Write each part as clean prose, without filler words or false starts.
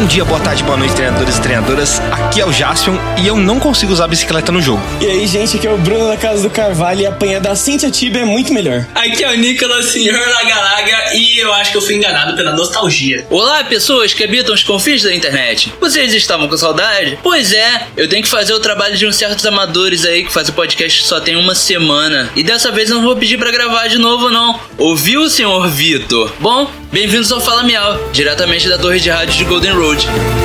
dia, boa tarde, boa noite, treinadores e treinadoras. Aqui é o Jaspion e eu não consigo usar a bicicleta no jogo. E aí, gente, aqui é o Bruno da Casa do Carvalho e apanhar da Cynthia Tibia é muito melhor. Aqui é o Nicolas, senhor Lagalaga, e eu acho que eu fui enganado pela nostalgia. Olá, pessoas que habitam os confins da internet. Vocês estavam com saudade? Pois é, eu tenho que fazer o trabalho de uns certos amadores aí que fazem podcast só tem uma semana. E dessa vez eu não vou pedir pra gravar de novo, não. Ouviu, senhor Vitor? Bom, bem-vindos ao Fala Miau, diretamente da torre de rádio de Golden Road.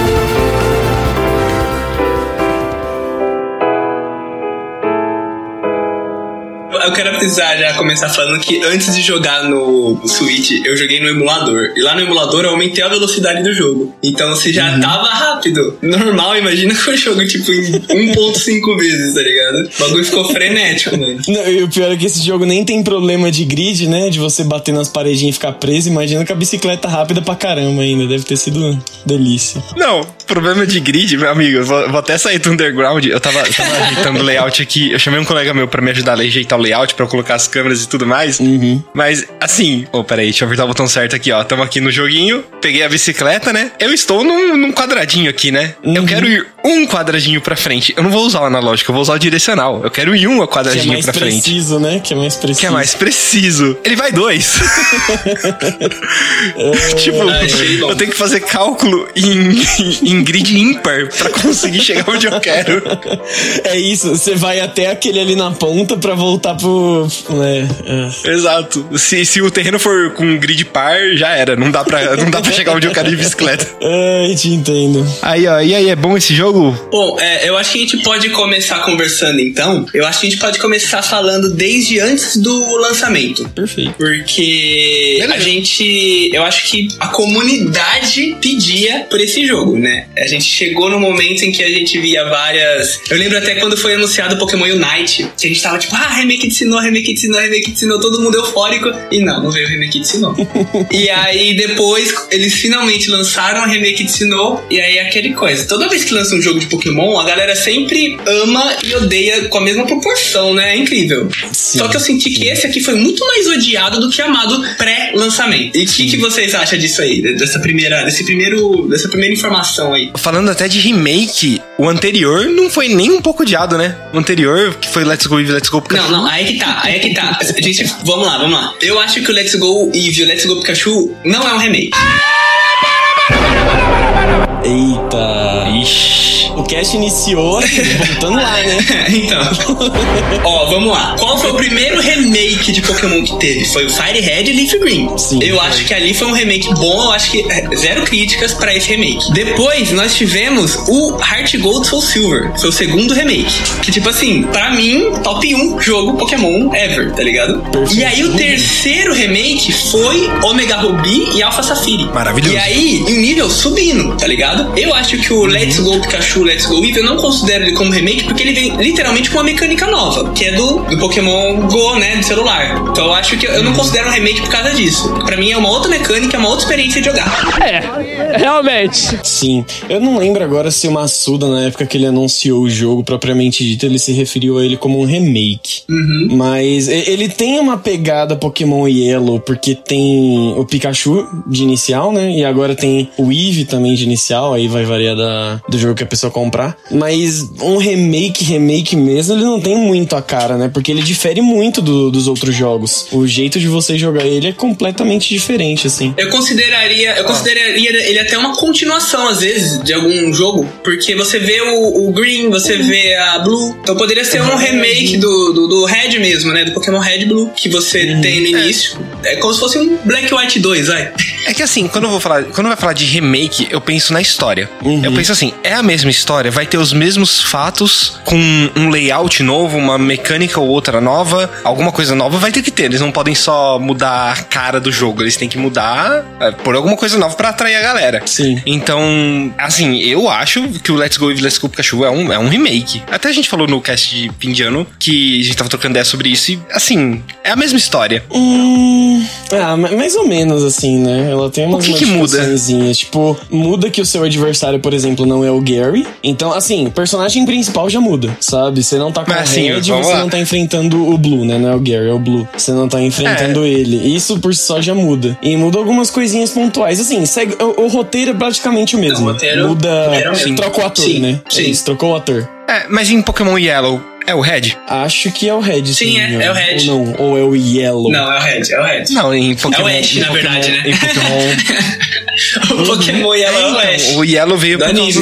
Eu quero precisar já começar falando que antes de jogar no Switch, eu joguei no emulador. E lá no emulador eu aumentei a velocidade do jogo. Então se já tava rápido, normal, imagina com o jogo tipo em 1.5 vezes, tá ligado? O bagulho ficou frenético, mano. Não, e o pior é que esse jogo nem tem problema de grid, né? De você bater nas paredinhas e ficar preso. Imagina com a bicicleta rápida pra caramba ainda. Deve ter sido delícia. Não, problema de grid, meu amigo. Eu vou até sair do underground. Eu tava ajeitando o layout aqui. Eu chamei um colega meu pra me ajudar a ajeitar o layout, pra eu colocar as câmeras e tudo mais. Mas, assim... peraí, deixa eu apertar o botão certo aqui, ó. Tamo aqui no joguinho. Peguei a bicicleta, né? Eu estou num quadradinho aqui, né? Eu quero ir um quadradinho pra frente. Eu não vou usar o analógico, eu vou usar o direcional. Eu quero ir um quadradinho pra frente. Que é mais preciso, né? Que é mais preciso. Ele vai 2. Tipo, eu tenho que fazer cálculo em grid ímpar pra conseguir chegar onde eu quero. É isso, você vai até aquele ali na ponta pra voltar pro... Exato. Se o terreno for com grid par, já era. Não dá pra chegar onde eu quero de bicicleta. Ai, te entendo. Aí, ó. E aí, é bom esse jogo? Bom, eu acho que a gente pode começar conversando, então. Eu acho que a gente pode começar falando desde antes do lançamento. Perfeito. Porque eu acho que a comunidade pedia por esse jogo, né? A gente chegou no momento em que a gente via várias... Eu lembro até quando foi anunciado o Pokémon Unite, que a gente tava tipo, remake de Sinnoh, todo mundo eufórico. E não veio o remake de Sinnoh. E aí depois eles finalmente lançaram o remake de Sinnoh. E aí aquele coisa. Toda vez que lança um jogo de Pokémon, a galera sempre ama e odeia com a mesma proporção, né? É incrível. Sim, só que eu senti que esse aqui foi muito mais odiado do que amado pré-lançamento. E o que vocês acham disso aí? Dessa primeira informação aí? Falando até de remake, o anterior não foi nem um pouco odiado, né? O anterior, que foi Let's Go Eevee, Let's Go Pikachu. Não, aí que tá. Gente, vamos lá. Eu acho que o Let's Go Eevee e o Let's Go Pikachu não é um remake. Eita. Ixi. O cast iniciou voltando lá, né? Então. Vamos lá. Qual foi o primeiro remake de Pokémon que teve? Foi o Fire Red e Leaf Green. Sim. Eu acho que ali foi um remake bom. Eu acho que zero críticas pra esse remake. Depois, nós tivemos o Heart Gold Soul Silver. Foi o segundo remake. Que, tipo assim, pra mim, top 1 jogo Pokémon ever, tá ligado? Perfeito. E aí, o terceiro remake foi Omega Ruby e Alpha Sapphire. Maravilhoso. E aí, em nível subindo, tá ligado? Eu acho que o Let's Go Pikachu, Let's Go Eevee, eu não considero ele como remake porque ele vem literalmente com uma mecânica nova, que é do Pokémon Go, né, do celular. Então eu acho que eu não considero um remake por causa disso. Pra mim é uma outra mecânica, é uma outra experiência de jogar. Realmente. Sim. Eu não lembro agora se o Masuda, na época que ele anunciou o jogo, propriamente dito, ele se referiu a ele como um remake. Mas ele tem uma pegada Pokémon Yellow, porque tem o Pikachu de inicial, né, e agora tem o Eevee também de inicial, aí vai variar do jogo que a pessoa comprar. Mas um remake mesmo, ele não tem muito a cara, né? Porque ele difere muito dos outros jogos. O jeito de você jogar ele é completamente diferente, assim. Eu consideraria ele até uma continuação, às vezes, de algum jogo. Porque você vê o Green, você vê a Blue. Então poderia ser um remake do Red mesmo, né? Do Pokémon Red Blue, que você tem no início. É como se fosse um Black White 2, vai. É que assim, quando vai falar de remake, eu penso na história. Eu penso assim, é a mesma história, vai ter os mesmos fatos, com um layout novo, uma mecânica ou outra nova, alguma coisa nova vai ter que ter. Eles não podem só mudar a cara do jogo, eles têm que mudar por alguma coisa nova pra atrair a galera. Sim. Então, assim, eu acho que o Let's Go Eevee, Let's Go Pikachu é um remake. Até a gente falou no cast de fim de ano que a gente tava trocando ideia sobre isso e, assim, é a mesma história. Mais ou menos, assim, né? Ela tem umas modificaçõezinhas. Tipo, muda que o seu seu adversário, por exemplo, não é o Gary. Então, assim, o personagem principal já muda, sabe? Você não tá com o Red, você não tá enfrentando o Blue, né? Não é o Gary, é o Blue. Você não tá enfrentando ele. Isso por si só já muda. E muda algumas coisinhas pontuais. Assim, segue, o roteiro é praticamente o mesmo. Não, o roteiro muda, sim. troca o ator, sim, né? Sim. Isso, trocou o ator. Mas em Pokémon Yellow, é o Red? Acho que é o Red. Sim, é o Red. Ou não, ou é o Yellow. Não, é o Red. Não, em Pokémon... É o Ash, na verdade, né? Em Pokémon... O Pokémon Yellow é o Ash. O Yellow veio por causa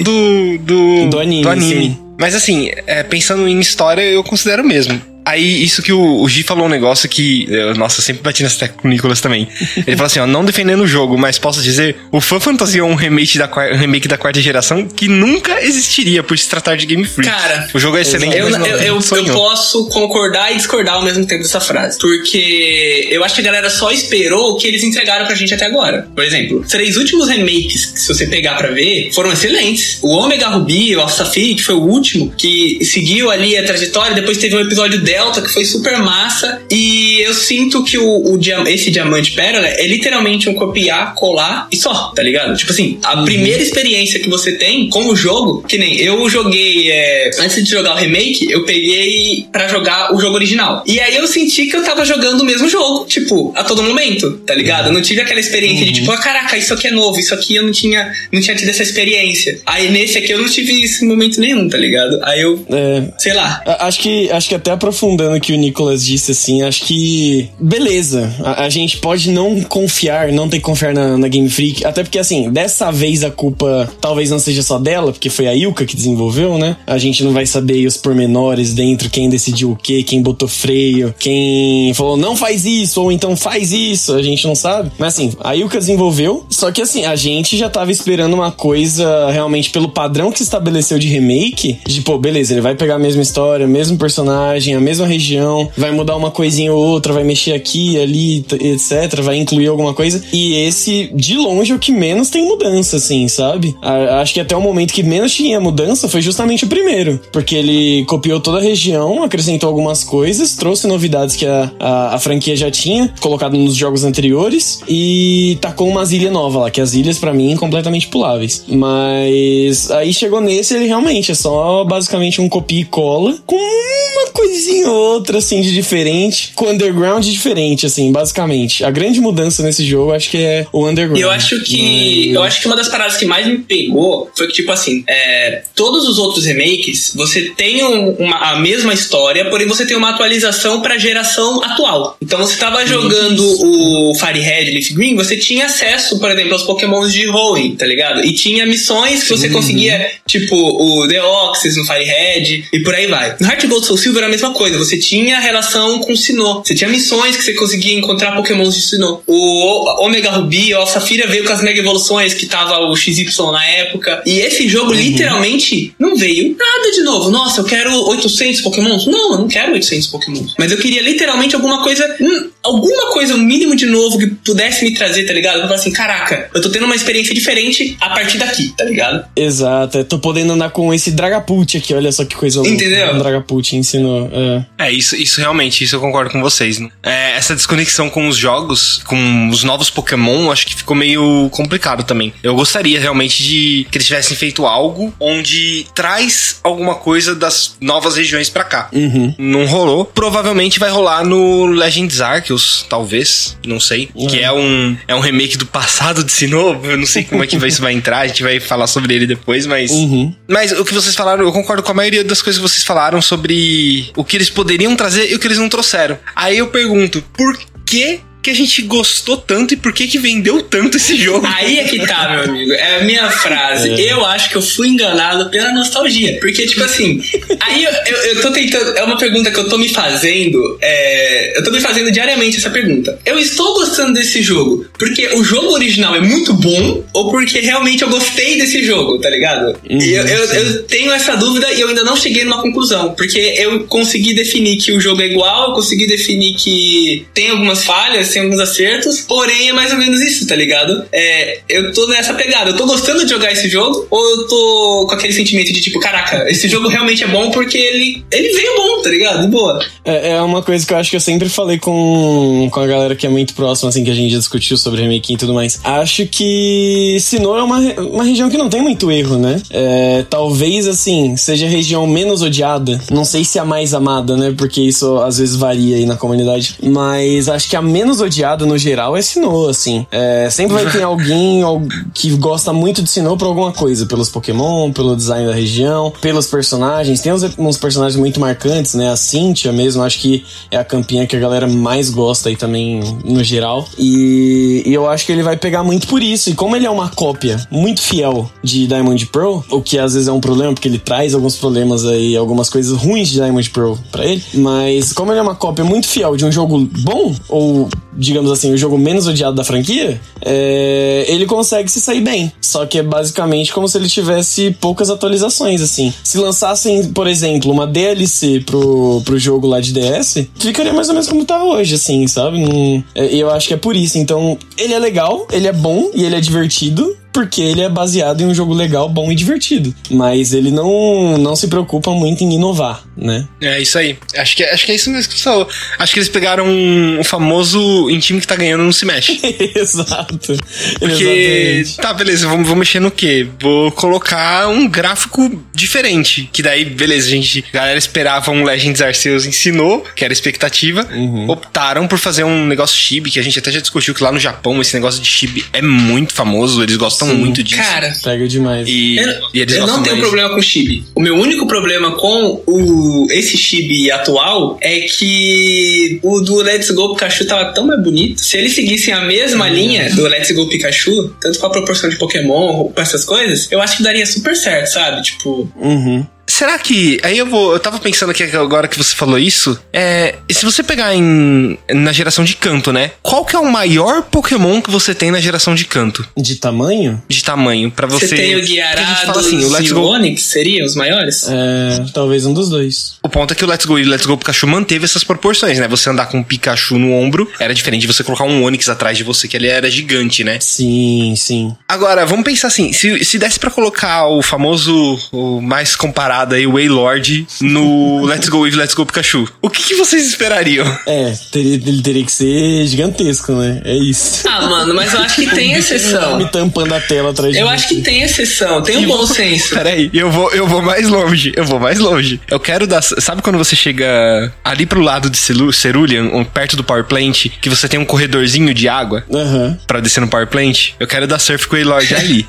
do anime. Mas assim, pensando em história, eu considero mesmo. Aí, isso que o Gi falou um negócio que... Nossa, eu sempre bati nessa tecla com o Nicolas também. Ele falou assim, ó, não defendendo o jogo, mas posso dizer, o Fan Fantasy é um remake da quarta geração que nunca existiria por se tratar de Game Freak. Cara, o jogo é excelente, eu posso concordar e discordar ao mesmo tempo dessa frase. Porque eu acho que a galera só esperou o que eles entregaram pra gente até agora. Por exemplo, os 3 últimos remakes, se você pegar pra ver, foram excelentes. O Omega Ruby, o Alpha Sapphire, que foi o último, que seguiu ali a trajetória, depois teve um episódio Delta, que foi super massa, e eu sinto que esse Diamante Pérola é literalmente um copiar, colar e só, tá ligado? Tipo assim, a primeira experiência que você tem com o jogo, que nem eu joguei, antes de jogar o remake, eu peguei pra jogar o jogo original. E aí eu senti que eu tava jogando o mesmo jogo, tipo, a todo momento, tá ligado? Eu não tive aquela experiência de tipo, caraca, isso aqui é novo, isso aqui eu não tinha tido essa experiência. Aí nesse aqui eu não tive esse momento nenhum, tá ligado? Aí eu, sei lá. Acho que até aprofundando o que o Nicolas disse, assim, acho que beleza, a gente pode não ter que confiar na Game Freak, até porque, assim, dessa vez a culpa talvez não seja só dela, porque foi a Yuka que desenvolveu, né? A gente não vai saber os pormenores dentro, quem decidiu o quê, quem botou freio, quem falou não faz isso, ou então faz isso, a gente não sabe. Mas assim, a Yuka desenvolveu, só que assim, a gente já tava esperando uma coisa realmente pelo padrão que se estabeleceu de remake, de pô, beleza, ele vai pegar a mesma história, o mesmo personagem, a mesma região, vai mudar uma coisinha ou outra, vai mexer aqui, ali, etc, vai incluir alguma coisa, e esse, de longe, é o que menos tem mudança, assim, sabe? Acho que até o momento que menos tinha mudança foi justamente o primeiro, porque ele copiou toda a região, acrescentou algumas coisas, trouxe novidades que a franquia já tinha colocado nos jogos anteriores, e tacou umas ilhas novas lá, que as ilhas, pra mim, completamente puláveis. Mas aí chegou nesse, ele realmente é só basicamente um copia e cola, com uma coisinha ou outra, assim, de diferente, com o Underground diferente, assim, basicamente. A grande mudança nesse jogo, acho que é o Underground. Eu acho que uma das paradas que mais me pegou foi que, tipo assim, todos os outros remakes, você tem a mesma história, porém você tem uma atualização pra geração atual. Então você tava jogando o Fire Red, Leaf Green, você tinha acesso, por exemplo, aos Pokémons de Hoenn, tá ligado? E tinha missões que você conseguia, tipo, o Deoxys no Fire Red, e por aí vai. No Heart Gold Soul Silver era a mesma coisa, você tinha relação com o Sinnoh, você tinha missões que você conseguia encontrar Pokémons de Sinnoh. O Omega Ruby, o Safira veio com as Mega Evoluções, que tava o XY na época, e esse jogo literalmente não veio nada de novo. Nossa, eu quero 800 Pokémons? Não, eu não quero 800 Pokémons. Mas eu queria literalmente alguma coisa, o mínimo de novo que pudesse me trazer, tá ligado? Pra falar assim, caraca, eu tô tendo uma experiência diferente a partir daqui, tá ligado? Exato, eu tô podendo andar com esse Dragapult aqui, olha só que coisa louca. Entendeu? O Dragapult ensinou. Isso realmente, isso eu concordo com vocês, né? Essa desconexão com os jogos, com os novos Pokémon, acho que ficou meio complicado também. Eu gostaria realmente de que eles tivessem feito algo onde traz alguma coisa das novas regiões pra cá. Não rolou. Provavelmente vai rolar no Legends Arceus, talvez, não sei. Que é um remake do passado de Sinnoh. Eu não sei como é que isso vai entrar, a gente vai falar sobre ele depois, mas... Mas o que vocês falaram, eu concordo com a maioria das coisas que vocês falaram sobre o que eles poderiam trazer e o que eles não trouxeram. Aí eu pergunto, por que a gente gostou tanto e por que vendeu tanto esse jogo? Aí é que tá, meu amigo. É a minha frase. Eu acho que eu fui enganado pela nostalgia. Porque, tipo assim, aí eu tô tentando... É uma pergunta que eu tô me fazendo... Eu tô me fazendo diariamente essa pergunta. Eu estou gostando desse jogo porque o jogo original é muito bom ou porque realmente eu gostei desse jogo, tá ligado? Eu tenho essa dúvida e eu ainda não cheguei numa conclusão. Porque eu consegui definir que o jogo é igual, eu consegui definir que tem algumas falhas, falhas, tem alguns acertos, porém é mais ou menos isso, tá ligado? Eu tô nessa pegada, eu tô gostando de jogar esse jogo, ou eu tô com aquele sentimento de tipo, caraca, esse jogo realmente é bom porque ele veio bom, tá ligado? De boa. É uma coisa que eu acho que eu sempre falei com a galera que é muito próxima, assim, que a gente já discutiu sobre remake e tudo mais. Acho que Sinnoh é uma região que não tem muito erro, né? Talvez, assim, seja a região menos odiada. Não sei se a mais amada, né? Porque isso às vezes varia aí na comunidade. Mas acho que a menos odiada no geral é Sinnoh, assim. Sempre vai ter alguém que gosta muito de Sinnoh por alguma coisa. Pelos Pokémon, pelo design da região, pelos personagens. Tem uns personagens muito marcantes, né? A Cynthia mesmo, acho que é a campeã que a galera mais gosta aí também, no geral. E eu acho que ele vai pegar muito por isso. E como ele é uma cópia muito fiel de Diamond Pearl, o que às vezes é um problema, porque ele traz alguns problemas aí, algumas coisas ruins de Diamond Pearl pra ele, mas como ele é uma cópia muito fiel de um jogo bom, ou digamos assim, o jogo menos odiado da franquia, ele consegue se sair bem. Só que é basicamente como se ele tivesse poucas atualizações, assim. Se lançassem, por exemplo, uma DLC pro jogo lá de DS, ficaria mais ou menos como tá hoje, assim, sabe? E eu acho que é por isso. Então, ele é legal, ele é bom e ele é divertido, porque ele é baseado em um jogo legal, bom e divertido. Mas ele não se preocupa muito em inovar, né? É isso aí. Acho que é isso mesmo que você falou. Acho que eles pegaram o famoso em time que tá ganhando não se mexe. Exato. Porque, exatamente. tá, beleza, vou mexer no quê? Vou colocar um gráfico diferente. Que daí, beleza, a galera esperava um Legends Arceus ensinou, que era a expectativa. Optaram por fazer um negócio chibi, que a gente até já discutiu que lá no Japão esse negócio de chibi é muito famoso, eles gostam muito disso. Cara, pega demais. E eles eu não tenho problema com chibi. O meu único problema com esse chibi atual é que o do Let's Go Pikachu tava tão mais bonito. Se eles seguissem a mesma linha do Let's Go Pikachu, tanto com a proporção de Pokémon, com essas coisas, eu acho que daria super certo, sabe? Tipo... Será que... Aí eu tava pensando aqui agora que você falou isso. Se você pegar na geração de Kanto, né? Qual que é o maior Pokémon que você tem na geração de Kanto? De tamanho? De tamanho, pra você... Você tem o Gyarados assim, o Let's e o Go... Onix, seriam os maiores? Talvez um dos dois. O ponto é que o Let's Go e o Let's Go Pikachu manteve essas proporções, né? Você andar com um Pikachu no ombro era diferente de você colocar um Onix atrás de você, que ele era gigante, né? Sim, sim. Agora, vamos pensar assim, se desse pra colocar o famoso, o mais comparado aí, o Wailord no Let's Go Eevee, Let's Go Pikachu, o que vocês esperariam? Ele teria que ser gigantesco, né? É isso. Ah, mano, mas eu acho que tem exceção. Me tampando a tela atrás de Eu mim. acho que tem exceção, tem um bom senso. Peraí, eu vou mais longe. Eu quero dar... Sabe quando você chega ali pro lado de Cerulean, perto do Power Plant, que você tem um corredorzinho de água pra descer no Power Plant? Eu quero dar surf com o Wailord ali.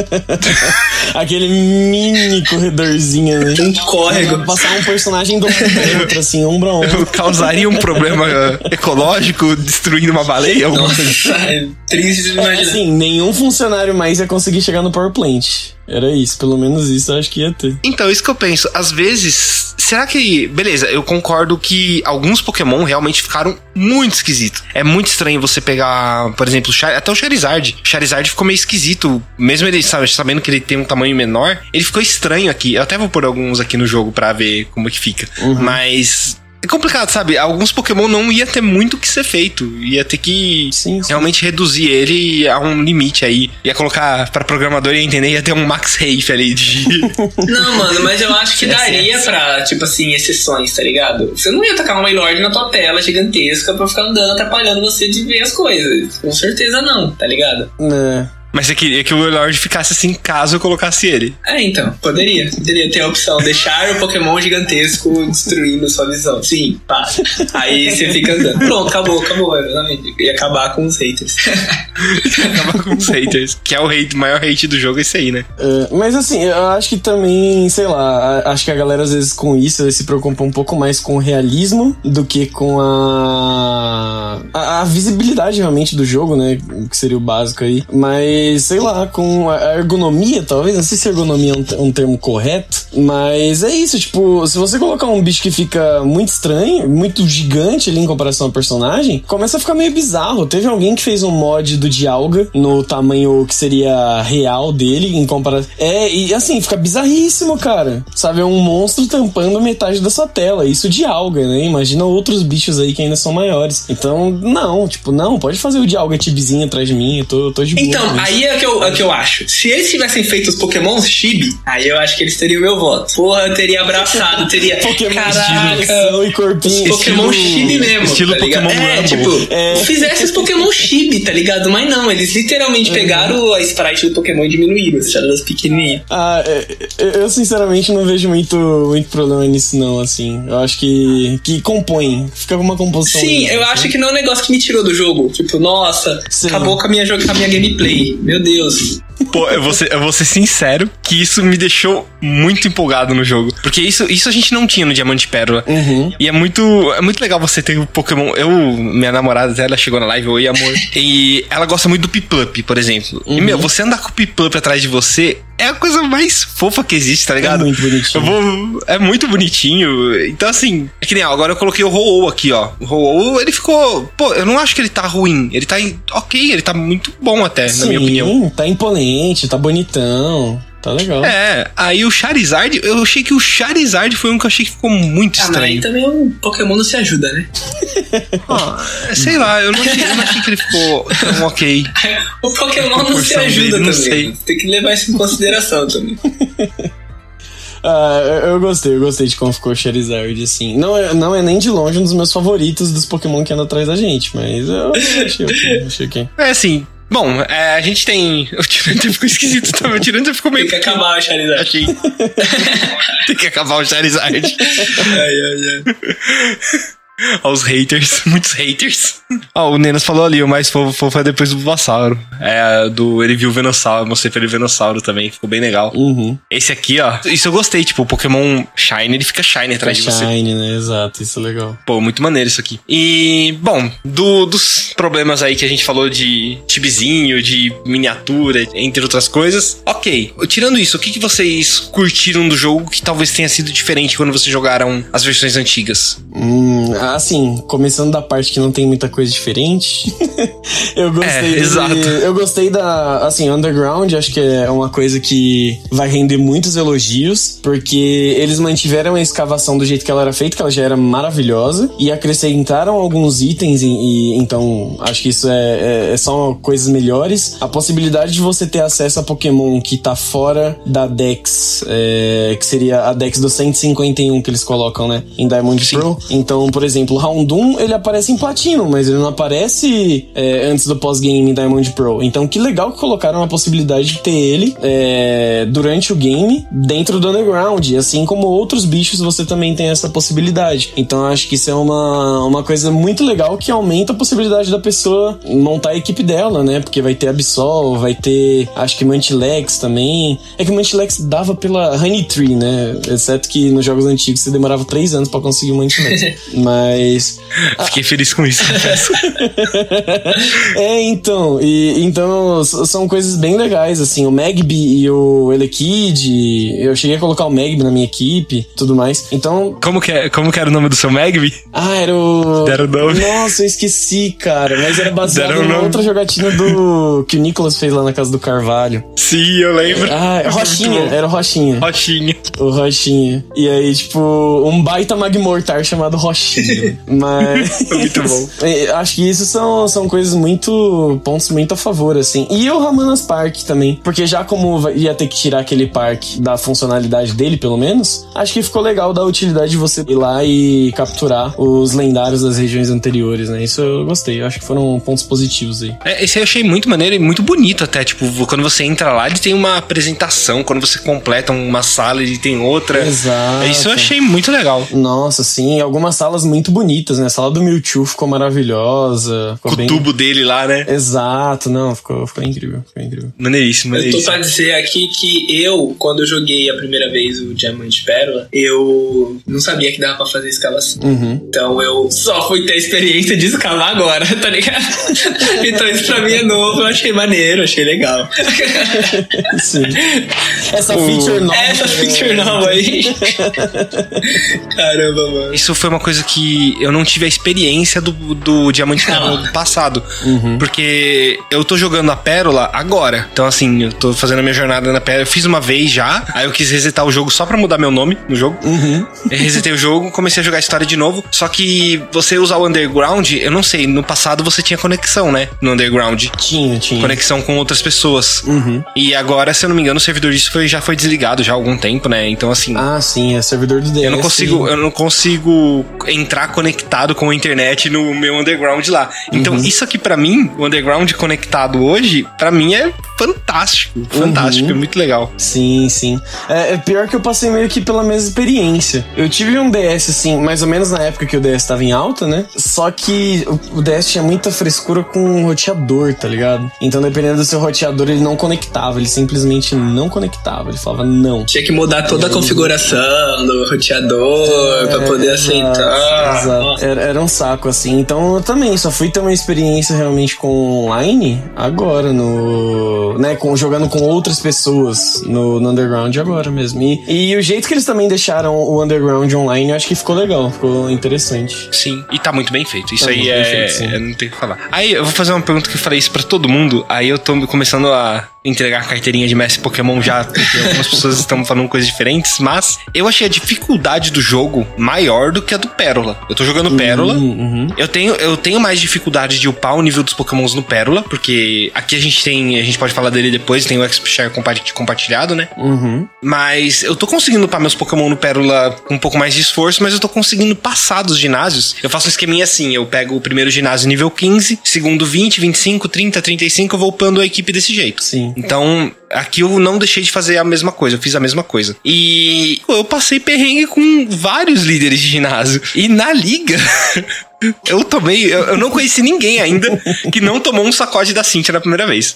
Aquele mini corredorzinho, né? Um córrego. Passar um personagem do outro, assim, ombro a ombro. Causaria um problema ecológico destruindo uma baleia? Nossa, é triste de imaginar. Assim, nenhum funcionário mais ia conseguir chegar no Power Plant. Era isso, pelo menos isso eu acho que ia ter. Então, isso que eu penso. Às vezes, será que... Beleza, eu concordo que alguns Pokémon realmente ficaram muito esquisitos. É muito estranho você pegar, por exemplo, até o Charizard. Charizard ficou meio esquisito. Mesmo ele sabendo que ele tem um tamanho menor, ele ficou estranho aqui. Eu até vou pôr alguns aqui no jogo pra ver como é que fica. Mas... é complicado, sabe? Alguns Pokémon não ia ter muito o que ser feito. Ia ter que realmente reduzir ele a um limite aí. Ia colocar pra programador e entender, ia ter um Max Rafe ali de... Não, mano, mas eu acho que daria pra, tipo assim, exceções, tá ligado? Você não ia tacar um Wailord na tua tela gigantesca pra ficar andando, atrapalhando você de ver as coisas. Com certeza não, tá ligado? Mas você queria que o Wailord ficasse assim caso eu colocasse ele. Então, poderia ter a opção, deixar o Pokémon gigantesco destruindo sua visão. Sim, pá. Aí você fica andando. Pronto, acabou, exatamente. Ia acabar com os haters. Acabar com os haters. Que é o maior hate do jogo, esse aí, né? Mas assim, eu acho que também, sei lá, acho que a galera às vezes com isso se preocupa um pouco mais com o realismo do que com a visibilidade realmente do jogo, né? Que seria o básico aí. Mas mas, sei lá, com a ergonomia, talvez, não sei se ergonomia é um termo correto, mas é isso, tipo, se você colocar um bicho que fica muito estranho, muito gigante ali em comparação ao personagem, começa a ficar meio bizarro. Teve alguém que fez um mod do Dialga no tamanho que seria real dele, em comparação... e assim, fica bizarríssimo, cara. Sabe, é um monstro tampando metade da sua tela. Isso Dialga, né? Imagina outros bichos aí que ainda são maiores. Então, não, pode fazer o Dialga tibizinho atrás de mim, eu tô de boa. Então, aí é que eu acho. Se eles tivessem feito os Pokémons Chibi, aí eu acho que eles teriam meu voto. Porra, eu teria abraçado, teria... Pokémon caraca, e corpinho. Pokémon Chibi mesmo, estilo tá ligado? Pokémon Fizesse os Pokémon Chibi, tá ligado? Mas não, eles literalmente pegaram a sprite do Pokémon e diminuíram, deixaram elas pequenininhas. Eu sinceramente não vejo muito problema nisso não, assim. Eu acho que compõe, fica uma composição. Sim, legal, eu acho que não é um negócio que me tirou do jogo. Tipo, nossa, sim, acabou com a minha gameplay. Meu Deus. Pô, eu vou ser sincero que isso me deixou muito empolgado no jogo. Porque isso a gente não tinha no Diamante e Pérola. Uhum. E é muito legal você ter o Pokémon. Minha namorada, ela chegou na live, oi amor. E ela gosta muito do Piplup, por exemplo. Uhum. E, você andar com o Piplup atrás de você é a coisa mais fofa que existe, tá ligado? É muito bonitinho. É muito bonitinho. Então, assim, é que nem, agora eu coloquei o Ho-Oh aqui, ó. O Ho-Oh, ele ficou... Pô, eu não acho que ele tá ruim. Ele tá ok, ele tá muito bom até, sim, na minha opinião. Tá imponente, tá bonitão. Tá legal. Aí o Charizard, eu achei que o Charizard foi um que eu achei que ficou muito estranho. Mas aí também o Pokémon não se ajuda, né? Sei lá, eu não achei que ele ficou tão ok. O Pokémon não se ajuda dele, também. sei. Tem que levar isso em consideração também. Eu gostei de como ficou o Charizard, assim. Não é nem de longe um dos meus favoritos dos Pokémon que andam atrás da gente, mas eu achei ok. É assim... Bom, a gente tem... O Tyranitar ficou esquisito também. O Tyranitar ficou meio... Tem que acabar o Charizard. Achei... Tem que acabar o Charizard. Ai. Ó, os haters. Muitos haters. Ó, o Nenas falou ali, o mais fofo é depois do Bulbasauro. Ele viu o Venossauro. Eu mostrei pra ele o Venossauro também. Ficou bem legal. Uhum. Esse aqui, ó. Isso eu gostei. Tipo, o Pokémon Shine, ele fica Shine atrás de você. Shine, né? Exato. Isso é legal. Pô, muito maneiro isso aqui. E, bom, dos problemas aí que a gente falou de tibizinho, de miniatura, entre outras coisas. Ok. Tirando isso, o que vocês curtiram do jogo que talvez tenha sido diferente quando vocês jogaram as versões antigas? Assim, começando da parte que não tem muita coisa diferente. Eu gostei. Exato. Eu gostei da... Assim, Underground, acho que é uma coisa que vai render muitos elogios, porque eles mantiveram a escavação do jeito que ela era feita, que ela já era maravilhosa, e acrescentaram alguns itens, e então acho que isso é só coisas melhores. A possibilidade de você ter acesso a Pokémon que tá fora da Dex, que seria a Dex do 151 que eles colocam, né, em Diamond Pro. Então, por exemplo, o Houndoom, ele aparece em Platino, mas ele não aparece antes do pós-game em Diamond Pro. Então, que legal que colocaram a possibilidade de ter ele durante o game dentro do Underground. Assim como outros bichos, você também tem essa possibilidade. Então, acho que isso é uma coisa muito legal que aumenta a possibilidade da pessoa montar a equipe dela, né? Porque vai ter Absol, vai ter, acho que Mantilex também. É que o Mantilex dava pela Honey Tree, né? Exceto que nos jogos antigos você demorava 3 anos pra conseguir o Mantilex. Mas... Fiquei feliz com isso, confesso. Então são coisas bem legais, assim. O Magby e o Elekid, eu cheguei a colocar o Magby na minha equipe, tudo mais. Então... Como que era o nome do seu Magby? Era o... Deram o nome. Nossa, eu esqueci, cara. Mas era baseado em outra jogatina que o Nicolas fez lá na casa do Carvalho. Sim, eu lembro. Roxinha, era o Roxinha. O Roxinha. E aí, tipo, um baita Magmortar chamado Roxinha. Mas... Muito bom. Acho que isso são coisas pontos muito a favor, assim. E o Ramanas Park também. Porque já como ia ter que tirar aquele parque da funcionalidade dele, pelo menos, acho que ficou legal da utilidade de você ir lá e capturar os lendários das regiões anteriores, né? Isso eu gostei. Eu acho que foram pontos positivos aí. Esse aí eu achei muito maneiro e muito bonito até. Tipo, quando você entra lá, ele tem uma apresentação. Quando você completa uma sala, ele tem outra. Exato. Isso eu achei muito legal. Nossa, sim. Algumas salas muito muito bonitas, né? A sala do Mewtwo ficou maravilhosa. Ficou com o tubo dele lá, né? Exato, não, ficou incrível, Maneiríssimo. Eu tô pra dizer aqui que quando eu joguei a primeira vez o Diamante Pérola, eu não sabia que dava pra fazer escavação. Então eu só fui ter a experiência de escavar agora, tá ligado? Então isso pra mim é novo, eu achei maneiro, achei legal. Sim. Essa feature nova aí. Caramba, mano. Isso foi uma coisa que eu não tive a experiência do Diamante Pérola do passado. Porque eu tô jogando a Pérola agora. Então, assim, eu tô fazendo a minha jornada na Pérola. Eu fiz uma vez já. Aí eu quis resetar o jogo só pra mudar meu nome no jogo. Eu resetei o jogo, comecei a jogar a história de novo. Só que você usar o Underground, eu não sei, no passado você tinha conexão, né? No Underground. Tinha. Conexão com outras pessoas. E agora, se eu não me engano, o servidor disso já foi desligado já há algum tempo, né? Então, assim... Ah, sim, é servidor do DS. Eu não consigo entrar conectado com a internet no meu Underground lá. Então, isso aqui pra mim, o Underground conectado hoje, pra mim é fantástico. Fantástico, é muito legal. Sim. É pior que eu passei meio que pela mesma experiência. Eu tive um DS, assim, mais ou menos na época que o DS tava em alta, né? Só que o DS tinha muita frescura com o roteador, tá ligado? Então, dependendo do seu roteador, ele não conectava. Ele simplesmente não conectava. Ele falava não. Tinha que mudar toda a configuração do roteador pra poder aceitar. Exato. Era um saco, assim. Então, eu também só fui ter uma experiência realmente com online agora, jogando com outras pessoas no Underground agora mesmo. E o jeito que eles também deixaram o Underground online, eu acho que ficou legal, ficou interessante. Sim, e tá muito bem feito. Isso aí não tem o que falar. Aí eu vou fazer uma pergunta que eu falei isso pra todo mundo, aí eu tô começando a entregar a carteirinha de mestre Pokémon já, porque algumas pessoas estão falando coisas diferentes, mas eu achei a dificuldade do jogo maior do que a do Pérola. Eu tô jogando Pérola, eu tenho mais dificuldade de upar o nível dos Pokémons no Pérola, porque aqui a gente pode falar dele depois, tem o XP Share compartilhado, né? Mas eu tô conseguindo upar meus Pokémon no Pérola com um pouco mais de esforço, mas eu tô conseguindo passar dos ginásios. Eu faço um esqueminha assim, eu pego o primeiro ginásio nível 15, segundo 20, 25, 30, 35, eu vou upando a equipe desse jeito. Sim. Então, aqui eu não deixei de fazer a mesma coisa, eu fiz a mesma coisa. E eu passei perrengue com vários líderes de ginásio. E na liga... Eu não conheci ninguém ainda que não tomou um sacode da Cynthia na primeira vez.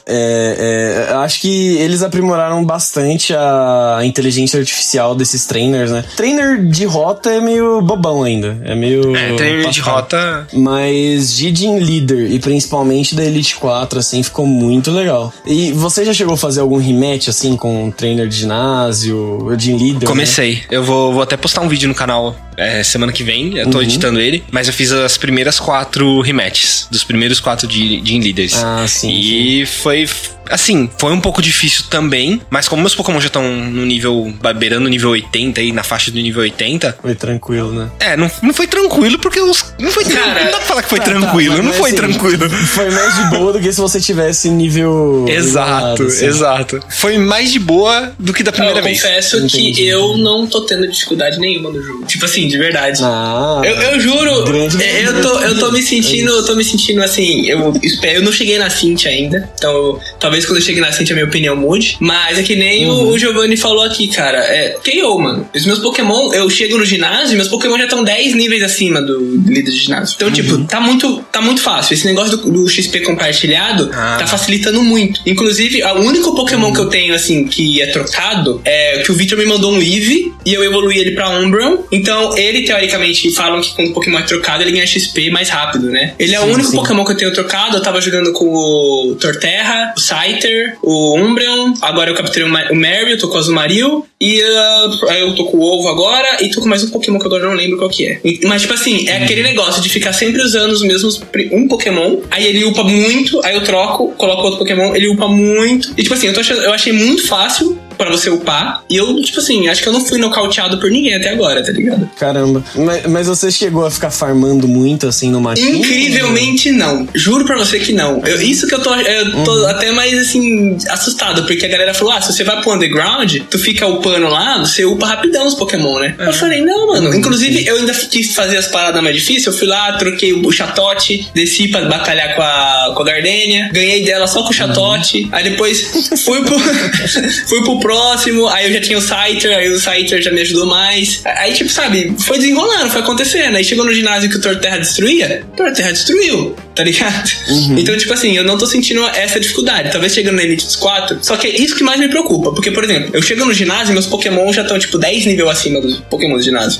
Eu acho que eles aprimoraram bastante a inteligência artificial desses trainers, né? Trainer de rota é meio bobão ainda. É meio... trainer de rota... Mas de Gym Leader, e principalmente da Elite 4, assim, ficou muito legal. E você já chegou a fazer algum rematch, assim, com um trainer de ginásio, Gym Leader? Comecei. Né? Eu vou até postar um vídeo no canal semana que vem. Eu tô editando ele. Mas eu fiz as primeiras 4 rematches. Dos primeiros 4 de Gym Leaders. Ah, sim. E foi... Assim, foi um pouco difícil também, mas como meus Pokémon já estão no nível, beirando o nível 80 aí, na faixa do nível 80... Foi tranquilo, né? Não foi tranquilo, porque não foi tranquilo. Não dá pra falar que foi tranquilo, não foi assim, tranquilo. Foi mais de boa do que se você tivesse nível... Exato, assim. Exato. Foi mais de boa do que da primeira vez. Eu confesso que eu não tô tendo dificuldade nenhuma no jogo. Tipo assim, de verdade. Eu juro, eu tô me sentindo assim, eu não cheguei na Cynthia ainda, então talvez quando eu cheguei na Cynthia a minha opinião mude, mas é que nem o Giovanni falou aqui, cara, KO, mano. Os meus Pokémon, eu chego no ginásio e meus Pokémon já estão 10 níveis acima do líder de ginásio. Então, tipo, tá muito fácil. Esse negócio do XP compartilhado tá facilitando muito. Inclusive, o único Pokémon que eu tenho, assim, que é trocado é que o Victor me mandou um Eevee e eu evoluí ele pra Umbreon. Então, ele, teoricamente, falam que quando o Pokémon é trocado, ele ganha XP mais rápido, né? Ele é o único Pokémon que eu tenho trocado. Eu tava jogando com o Torterra, o Scyther, o Umbreon. Agora eu capturei o Mary, eu tô com o Azumarill. E aí eu tô com o Ovo agora. E tô com mais um Pokémon que eu agora não lembro qual que é. Mas, tipo assim, é aquele negócio de ficar sempre usando os mesmos... Um Pokémon, aí ele upa muito. Aí eu troco, coloco outro Pokémon, ele upa muito. E, tipo assim, eu achei muito fácil pra você upar. E eu, tipo assim, acho que eu não fui nocauteado por ninguém até agora, tá ligado? Caramba. Mas você chegou a ficar farmando muito, assim, no matinho? Incrivelmente não. Juro pra você que não. Isso que eu tô até mais, assim, assustado. Porque a galera falou, se você vai pro underground, tu fica upando lá, você upa rapidão os Pokémon, né? Eu falei, não, mano. Inclusive, eu ainda quis fazer as paradas mais difíceis. Eu fui lá, troquei o Chatote, desci pra batalhar com a Gardenia, ganhei dela só com o Chatote. Aí depois fui pro próximo, aí eu já tinha o Scyther, aí o Scyther já me ajudou mais. Aí, tipo, sabe, foi desenrolando, foi acontecendo. Aí chegou no ginásio que o Torterra destruía, o Torterra destruiu, tá ligado? Então, tipo assim, eu não tô sentindo essa dificuldade. Talvez chegando na Elite dos 4, só que é isso que mais me preocupa, porque, por exemplo, eu chego no ginásio e meus Pokémon já estão, tipo, 10 níveis acima dos Pokémon do ginásio.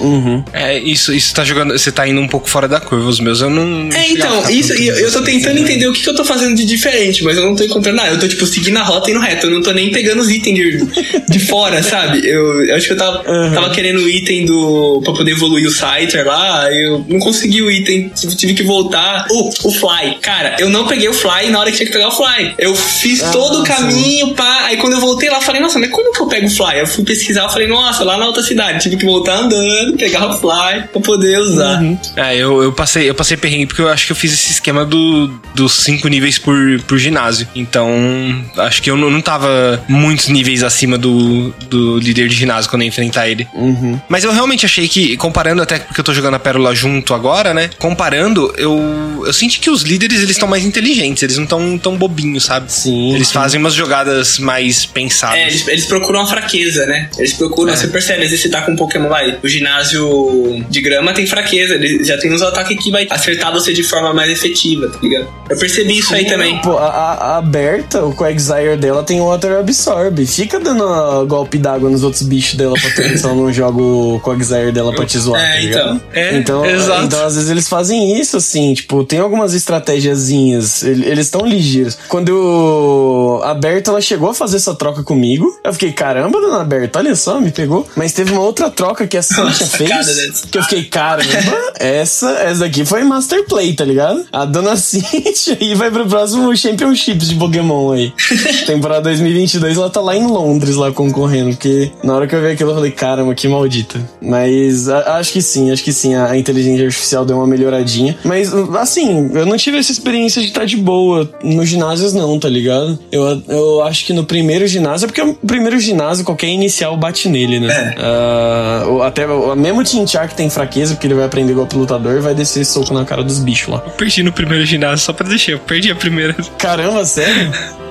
Isso tá jogando, você tá indo um pouco fora da curva, os meus eu não... Então, isso, eu tô tentando entender o que eu tô fazendo de diferente, mas eu não tô encontrando nada. Eu tô, tipo, seguindo a rota e indo reto, eu não tô nem pegando os itens de fora, sabe? Eu acho que eu tava querendo o item pra poder evoluir o Scyther lá, eu não consegui o item, tive que voltar. O Fly, cara, eu não peguei o Fly na hora que tinha que pegar o Fly. Eu fiz todo o caminho, pá, aí quando eu voltei lá, falei, nossa, mas como que eu pego o Fly? Eu fui pesquisar, eu falei, nossa, lá na outra cidade, tive que voltar andando, pegar o Fly pra poder usar. Eu passei perrengue porque eu acho que eu fiz esse esquema dos 5 níveis por ginásio. Então, acho que eu não tava muitos níveis acima do líder de ginásio quando eu ia enfrentar ele. Mas eu realmente achei que, comparando até porque eu tô jogando a Pérola junto agora, né? Comparando, eu senti que os líderes, eles estão mais inteligentes, eles não estão tão bobinhos, sabe? Sim. Eles fazem umas jogadas mais pensadas. Eles procuram a fraqueza, né? Eles procuram, você percebe, às vezes você tá com um Pokémon lá, o ginásio de grama tem fraqueza, ele já tem uns ataques que vai acertar você de forma mais efetiva, tá ligado? Eu percebi isso aí também. Pô, a Berta, o Quagsire dela tem Water Absorb. Fica dando golpe d'água nos outros bichos dela pra ter se ela não joga o Quagsire dela pra te zoar, tá ligado? Então, às vezes eles fazem isso, assim, tipo, tem algumas estratégiazinhas, eles estão ligeiros. Quando a Berta, ela chegou a fazer essa troca comigo, eu fiquei, caramba, dona Berta, olha só, me pegou. Mas teve uma outra troca que a Cynthia fez, que eu fiquei, caramba, essa daqui foi Master Play, tá ligado? A dona Cynthia aí vai pro próximo Championships de Pokémon aí. Temporada 2022, ela tá lá em Londres, lá concorrendo, porque na hora que eu vi aquilo eu falei, caramba, que maldita. Mas acho que sim, a inteligência artificial deu uma melhoradinha. Mas, assim, eu não tive essa experiência de estar de boa nos ginásios não, tá ligado? Eu acho que no primeiro ginásio, porque o primeiro ginásio, qualquer inicial bate nele, né? Até mesmo o Chinchar que tem fraqueza, porque ele vai aprender golpe lutador, vai descer soco na cara dos bichos lá. Eu perdi no primeiro ginásio, só pra deixar, eu perdi a primeira. Caramba, sério?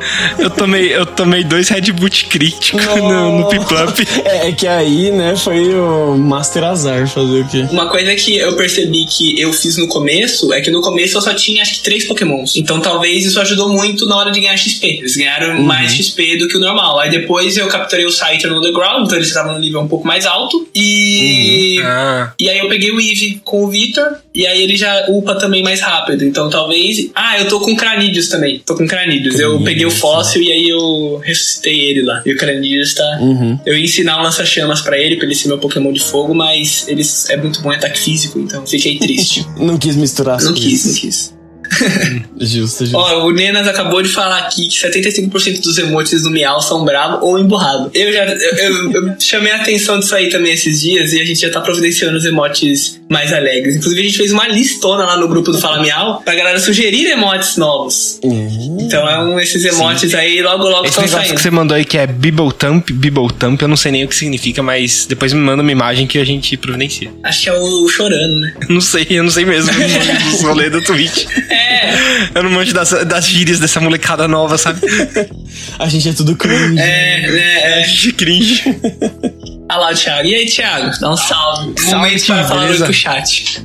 Eu tomei 2 Red Boot crítico no Piplup. É que aí, né, foi o Master Azar fazer o quê? Uma coisa que eu percebi que eu fiz no começo é que no começo eu só tinha acho que 3 Pokémons. Então talvez isso ajudou muito na hora de ganhar XP. Eles ganharam mais XP do que o normal. Aí depois eu capturei o Scyther no Underground, então eles estavam no nível um pouco mais alto. E aí eu peguei o Eevee com o Victor, e aí ele já upa também mais rápido. Então talvez... eu tô com Cranidius também. Tô com Cranidius. Eu peguei o fóssil e aí eu ressuscitei ele lá. E o Cranidius tá... Eu ia ensinar um lança-chamas pra ele ser meu Pokémon de fogo, mas ele é muito bom em ataque físico, então fiquei triste. Não quis misturar as coisas. Não quis. Justo. Ó, o Nenas acabou de falar aqui que 75% dos emotes do Miau são bravo ou emburrado. Eu chamei a atenção disso aí também esses dias, e a gente já tá providenciando os emotes mais alegres. Inclusive a gente fez uma listona lá no grupo do Fala Miau pra galera sugerir emotes novos. Então esses emotes aí logo estão saindo. Esse que você mandou aí que é Bibbletump, eu não sei nem o que significa, mas depois me manda uma imagem que a gente providencia. Acho que é o chorando, né? Eu não sei mesmo dos rolês do Twitch. Eu não manjo das gírias dessa molecada nova, sabe? A gente é tudo cringe. A gente é cringe. Olha lá o Thiago. E aí, Thiago? Dá um salve. Momento para falar com o chat.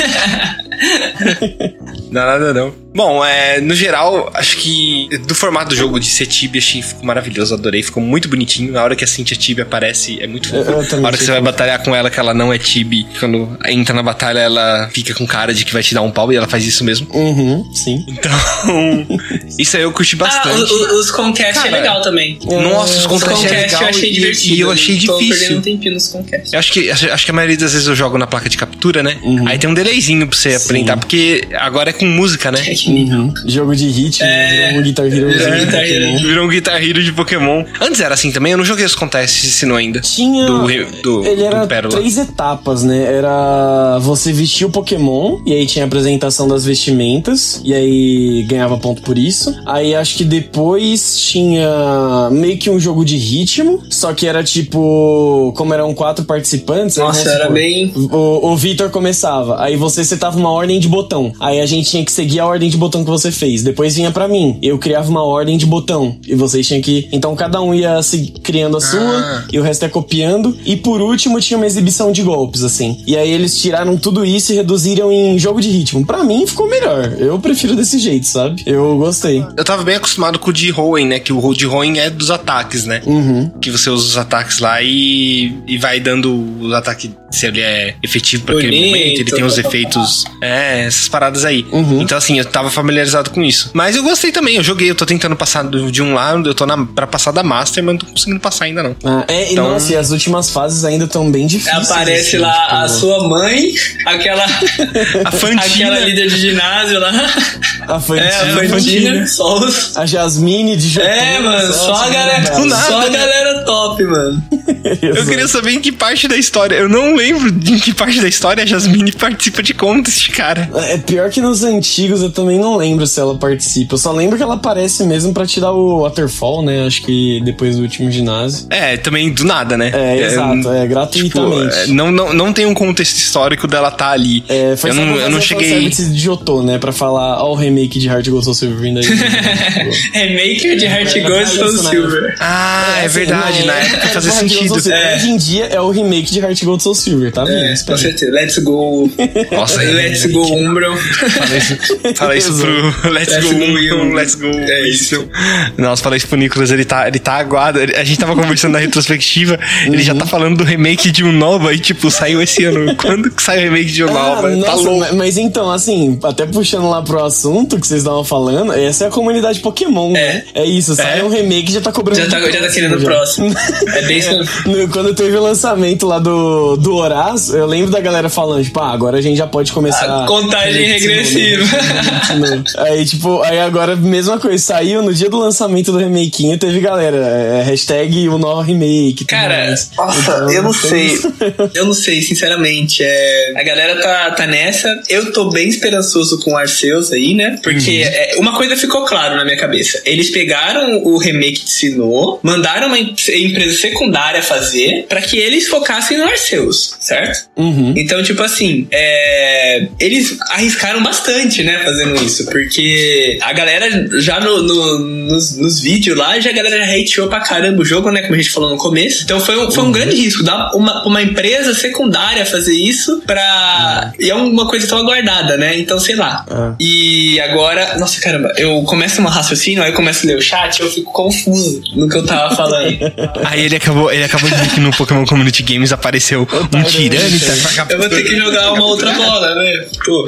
Não, nada não. Bom, no geral, acho que do formato do jogo de ser Tibia, achei que ficou maravilhoso, adorei, ficou muito bonitinho. Na hora que a Cynthia Tibia aparece, é muito fofo. Na hora que você vai batalhar com ela, que ela não é Tibi, quando entra na batalha, ela fica com cara de que vai te dar um pau, e ela faz isso mesmo. Sim. Então, isso aí eu curti bastante. Os Conquest é legal também. Nossa, os Conquest é legal, eu achei divertido. e eu achei difícil. Tô perdendo um tempinho nos Conquest. Eu acho que a maioria das vezes eu jogo na placa de captura, né? Aí tem um delayzinho pra você aprender, porque agora é com música, né? Jogo de ritmo, virou um Guitar Hero. Virou um Guitar Hero de Pokémon. Antes era assim também, eu não joguei os Contests, ensinou ainda. Tinha... ele era 3 etapas, né? Era você vestir o Pokémon, e aí tinha a apresentação das vestimentas, e aí ganhava ponto por isso. Aí acho que depois tinha meio que um jogo de ritmo, só que era tipo... Como eram 4 participantes... Nossa, era bem... O Victor começava, aí você setava uma ordem de botão. Aí a gente tinha que seguir a ordem de botão que você fez. Depois vinha pra mim. Eu criava uma ordem de botão. E vocês tinham que... Então cada um ia se criando a sua e o resto ia copiando. E por último tinha uma exibição de golpes, assim. E aí eles tiraram tudo isso e reduziram em jogo de ritmo. Pra mim ficou melhor. Eu prefiro desse jeito, sabe? Eu gostei. Eu tava bem acostumado com o de Hoenn, né? Que o de Hoenn é dos ataques, né? Que você usa os ataques lá e vai dando o ataque, se ele é efetivo pra aquele momento, ele tem os efeitos, essas paradas aí. Então assim, eu tava familiarizado com isso. Mas eu gostei também, eu joguei, eu tô tentando passar de um lado, eu tô pra passar da Master, mas não tô conseguindo passar ainda não. E nossa, e as últimas fases ainda estão bem difíceis. Aparece assim, lá tipo, a sua mãe, aquela a Fantina, aquela líder de ginásio lá. A Fantina, só os... A Jasmine de Jotô. Mano, só a galera top, mano. Eu queria saber em que parte da história. Eu não lembro em que parte da história a Jasmine participa de Contest, cara. É pior que nos antigos, eu também não lembro se ela participa. Eu só lembro que ela aparece mesmo pra tirar o Waterfall, né? Acho que depois do último ginásio. Também do nada, né? Exato, gratuitamente. Tipo, não tem um contexto histórico dela tá ali. Foi eu não cheguei... de Jotô, né? Pra falar, ó o remake de Heart Gold Soul Silver vindo aí. Remake de Heart Gold Soul Silver. É verdade, na época fazia sentido. Hoje em dia é o remake de Heart Gold Soul Silver, tá vendo? Com certeza. Let's go. Nossa, Let's go Umbro. Fala isso pro Let's go Umbro. Let's go. É isso. Nossa, fala isso pro Nicolas, ele tá aguado. A gente tava conversando na retrospectiva, ele já tá falando do remake de Unova e tipo, saiu esse ano. Quando que sai o remake de Unova? Tá louco. Mas então, assim, até puxando lá pro assunto que vocês estavam falando, essa é a comunidade Pokémon, né? É isso, sai um remake e já tá cobrando. Já tá querendo o próximo. É bem isso. Quando teve o lançamento lá do Horácio, eu lembro da galera falando, tipo, agora a gente já pode começar a contagem regressiva. Aí agora, mesma coisa, saiu no dia do lançamento do remakinho, teve galera, hashtag o novo remake. Cara, nossa, então, eu não sei. Eu não sei, sinceramente. A galera tá nessa. Eu tô bem esperançoso com o Arceus aí, né? Porque uma coisa ficou claro na minha cabeça. Eles pegaram o remake de Sinnoh, mandaram uma empresa secundária fazer pra que eles focassem no Arceus, certo? Então, tipo assim, eles arriscaram bastante, né, fazendo isso, porque a galera já nos vídeos lá, a galera já hateou pra caramba o jogo, né, como a gente falou no começo. Então foi um grande risco, dar uma empresa secundária fazer isso e é uma coisa tão aguardada, né, então sei lá. E agora, nossa, caramba, eu começo um raciocínio, aí eu começo a ler o chat, eu fico confuso no que eu tava falando. Aí ele acabou de dizer que no Pokémon Community Games apareceu um Tyranitar pra capturar. Eu vou ter que jogar uma outra bola, né? Pô.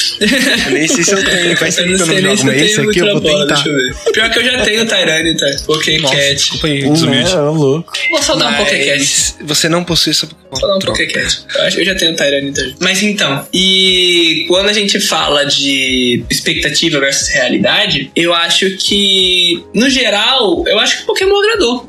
Eu nem sei se eu tenho. Faz tempo que eu não jogo, mas esse aqui eu vou tentar. Deixa eu ver. Pior que eu já tenho Tyranitar, Pokécat. Desculpa aí, desumilde. Louco. Vou só dar um Pokécat. Você não possui essa Pokémon. Só dar um Pokécat. Eu acho que eu já tenho Tyranitar. Mas então, e quando a gente fala de expectativa versus realidade, eu acho que, no geral, eu acho que o Pokémon agradou.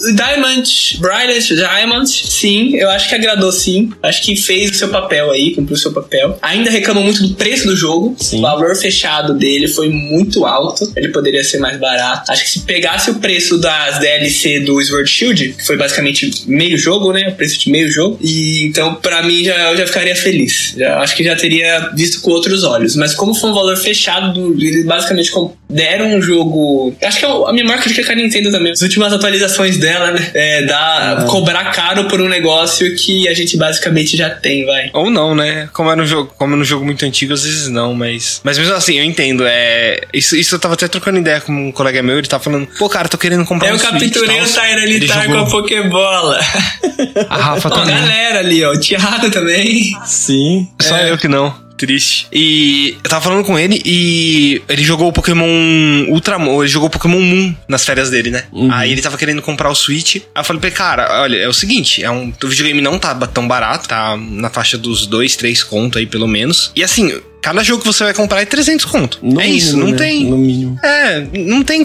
Brilliant Diamond, sim, eu acho que agradou sim. Acho que fez o seu papel aí, cumpriu o seu papel. Ainda reclamou muito do preço do jogo. Sim. O valor fechado dele foi muito alto. Ele poderia ser mais barato. Acho que se pegasse o preço das DLC do Sword Shield, que foi basicamente meio jogo, né? O preço de meio jogo. E então, pra mim, eu já ficaria feliz. Acho que já teria visto com outros olhos. Mas como foi um valor fechado, eles basicamente deram um jogo... Acho que a minha marca de que a Nintendo também. As últimas atualizações dela, né? Cobrar caro por um negócio que a gente basicamente já tem, vai. Ou não, né? Como é no jogo muito antigo, às vezes não, mas mesmo assim, eu entendo. Isso eu tava até trocando ideia com um colega meu, ele tava falando, pô, cara, tô querendo comprar um Switch. Eu capturei o Tyranitar com a Pokébola. A Rafa também. A galera ali, ó, o Thiago também. Sim. Só eu que não. Triste. E eu tava falando com ele e ele jogou o Pokémon Ultramon, ele jogou o Pokémon Moon nas férias dele, né? Aí ele tava querendo comprar o Switch. Aí eu falei pra ele, cara, olha, é o seguinte, o videogame não tá tão barato, tá na faixa dos 2, 3 conto aí, pelo menos. E assim, cada jogo que você vai comprar é 300 conto. No mínimo, isso, não, né? Tem. No mínimo. Não tem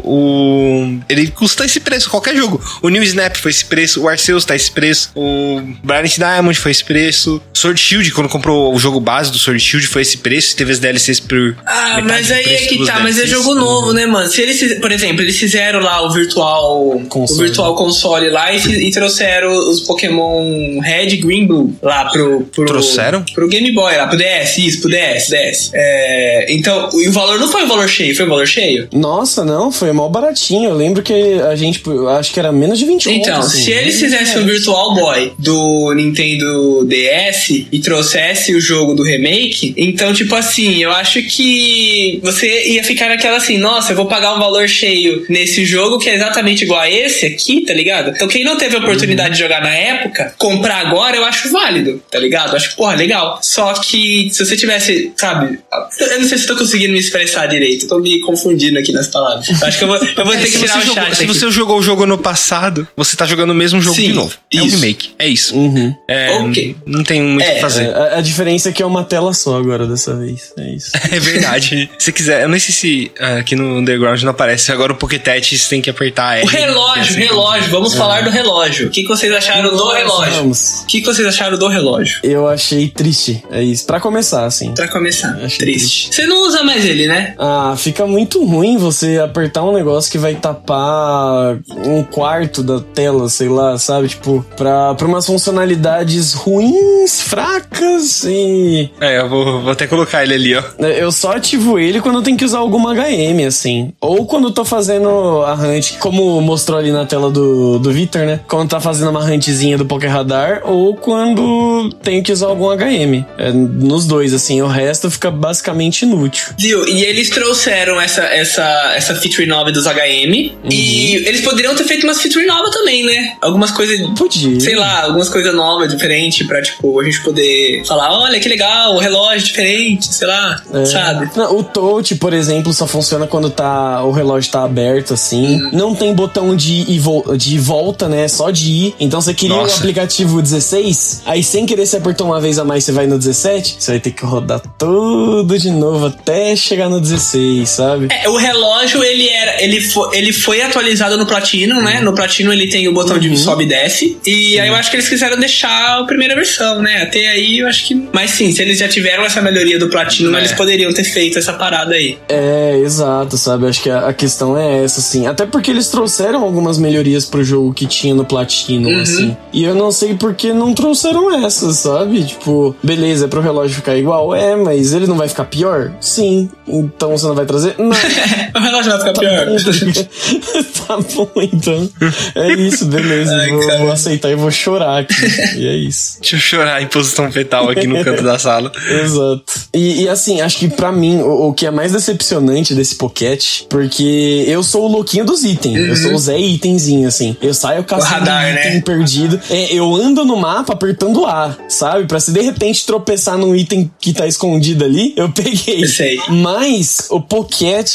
como. Ele custa esse preço, qualquer jogo. O New Snap foi esse preço, o Arceus tá esse preço, o Brilliant Diamond foi esse preço, Sword Shield, quando comprou o jogo base do Sword Shield, foi esse preço, teve as DLCs por mas aí é que tá, mas é jogo novo, né, mano? Se eles, por exemplo, eles fizeram lá o Virtual Console lá e trouxeram os Pokémon Red, Green, Blue lá pro Trouxeram? Pro Game Boy lá, pro DS, isso, pro DS. DS. Então, e o valor não foi o valor cheio, foi o valor cheio? Nossa, não, foi mal baratinho. Eu lembro que a gente, acho que era menos de 20 Então, contos, assim. se eles fizessem um Virtual Boy do Nintendo DS e trouxesse o jogo do remake, então, tipo assim, eu acho que você ia ficar naquela assim, nossa, eu vou pagar um valor cheio nesse jogo que é exatamente igual a esse aqui, tá ligado? Então, quem não teve a oportunidade de jogar na época, comprar agora, eu acho válido, tá ligado? Eu acho, porra, legal. Só que, se você tivesse, sabe, eu não sei se eu tô conseguindo me expressar direito, eu tô me confundindo aqui nas palavras. Eu acho que eu vou ter que tirar o chat. Se você jogou o jogo no passado, você tá jogando o mesmo jogo de novo. É um remake. É isso. Ok. Não tem muito o que fazer. A diferença é que é uma tela só agora dessa vez. É isso. É verdade. Se quiser, eu não sei se aqui no Underground não aparece. Agora o Pokétech você tem que apertar O relógio. Vamos falar do relógio. O que vocês acharam do relógio? Vamos. O que vocês acharam do relógio? Eu achei triste. É isso. Pra começar, assim. Pra começar. Achei Triste. Você não usa mais ele, né? Ah, fica muito ruim você apertar um negócio que vai tapar um quarto da tela, sei lá, sabe? Tipo, pra umas funcionalidades ruins, fracas e... eu vou até colocar ele ali, ó. Eu só ativo ele quando eu tenho que usar alguma HM, assim. Ou quando eu tô fazendo a hunt, como mostrou ali na tela do Victor, né? Quando tá fazendo uma huntzinha do Poké Radar, ou quando tenho que usar algum HM. Nos dois, assim. O resto fica basicamente inútil. Viu? E eles trouxeram essa feature nova dos HM. E eles poderiam ter feito umas feature novas também, né? Algumas coisas... Podia. Sei lá, algumas coisas novas, diferentes, pra, tipo, a gente poder falar, olha, que legal, o relógio diferente, sei lá, sabe? Não, o touch, por exemplo, só funciona quando o relógio tá aberto, assim. Não tem botão de volta, né? Só de ir. Então você queria o aplicativo 16, aí sem querer você apertou uma vez a mais, você vai no 17, você vai ter que rodar tudo de novo até chegar no 16, sabe? O relógio, ele foi atualizado no Platinum, né? No Platinum ele tem o botão de sobe e desce. E aí eu acho que eles quiseram deixar a primeira versão, né? Até aí eu acho que... Mas sim, se eles já tiveram essa melhoria do Platinum, eles poderiam ter feito essa parada aí. Exato, sabe? Acho que a questão é essa, assim. Até porque eles trouxeram algumas melhorias pro jogo que tinha no Platinum, assim. E eu não sei por que não trouxeram essas, sabe? Tipo, beleza, é pro relógio ficar igual? Mas ele não vai ficar pior? Sim. Então você não vai trazer? Não. O relógio vai ficar pior. Tá bom, então. É isso, beleza. Vou aceitar e vou chorar aqui. E é isso. Deixa eu chorar em posição fetal aqui no canto da sala. Exato. E assim, acho que pra mim, o que é mais decepcionante desse Pocket, porque eu sou o louquinho dos itens. Eu sou o Zé Itemzinho, assim. Eu saio caçando item perdido. Eu ando no mapa apertando A, sabe? Pra se de repente tropeçar num item que tá escondido ali, eu peguei. Eu sei. Mas o Pocket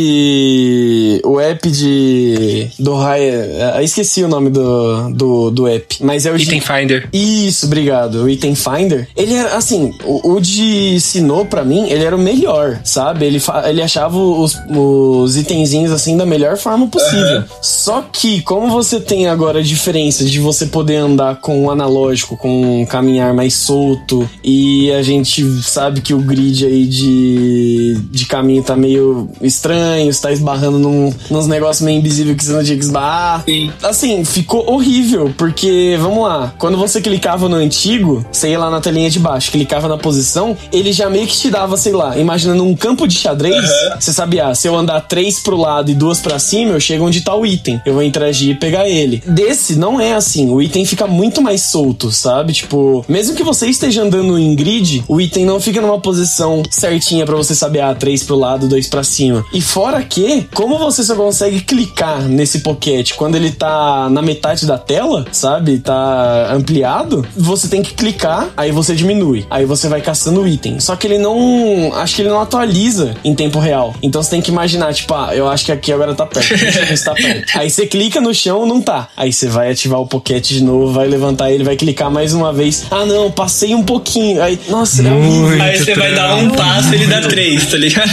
o app do Raya... Esqueci o nome do app. Mas é o... Item Finder. Isso, obrigado. O Item Finder. Ele é, assim... O de Sinnoh, pra mim, ele era o melhor, sabe? Ele achava os itenzinhos, assim, da melhor forma possível. Só que, como você tem agora a diferença de você poder andar com o analógico, com um caminhar mais solto, e a gente sabe que o grid aí de caminho tá meio estranho, você tá esbarrando nos negócios meio invisíveis que você não tinha que esbarrar. Sim. Assim, ficou horrível, porque, vamos lá, quando você clicava no antigo, você ia lá na telinha de baixo, clicava na posição, ele já meio que te dava, sei lá, imaginando um campo de xadrez, você sabia, se eu andar 3 pro lado e 2 pra cima, eu chego onde tá o item, eu vou interagir e pegar ele. Desse, não é assim, o item fica muito mais solto, sabe? Tipo, mesmo que você esteja andando em grid, o item não fica numa posição certinha pra você saber, 3 pro lado, 2 pra cima. E fora que, como você só consegue clicar nesse Pocket quando ele tá na metade da tela, sabe? Tá ampliado, você tem que clicar, aí você diminui, aí você vai caçando o item. Só que ele não... Acho que ele não atualiza em tempo real. Então você tem que imaginar, tipo, eu acho que aqui agora tá perto. Deixa eu ver se tá perto. Aí você clica no chão, não tá. Aí você vai ativar o Pocket de novo, vai levantar ele, vai clicar mais uma vez. Não, passei um pouquinho. Aí, nossa, é horrível. Aí você vai dar um passo e ele dá 3, tá ligado?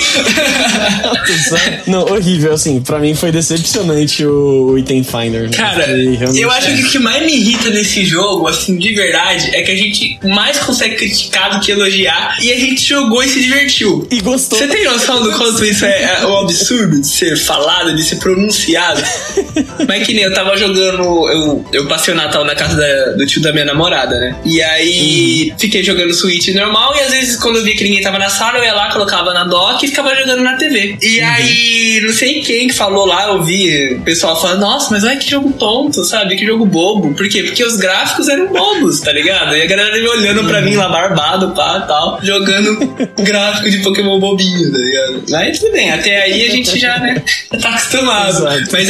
Não, horrível, assim, pra mim foi decepcionante o Item Finder. Cara, eu acho que o que mais me irrita nesse jogo, assim, de verdade, é que a gente mais consegue criticar do que elogiar, e a gente jogou e se divertiu. E gostou. Você tem noção do quanto isso é um absurdo de ser falado, de ser pronunciado? Mas que nem eu tava jogando, eu passei o Natal na casa do tio da minha namorada, né? E aí fiquei jogando Switch normal, normal, e às vezes quando eu via que ninguém tava na sala, eu ia lá, colocava na dock e ficava jogando na TV. E aí, não sei quem que falou lá, eu vi o pessoal falando, nossa, mas olha que jogo tonto, sabe? Que jogo bobo. Por quê? Porque os gráficos eram bobos, tá ligado? E a galera me olhando pra mim lá, barbado, pá, tal, jogando gráfico de Pokémon bobinho, tá ligado? Mas tudo bem, até aí a gente já, né, já tá acostumado. Exato. Mas é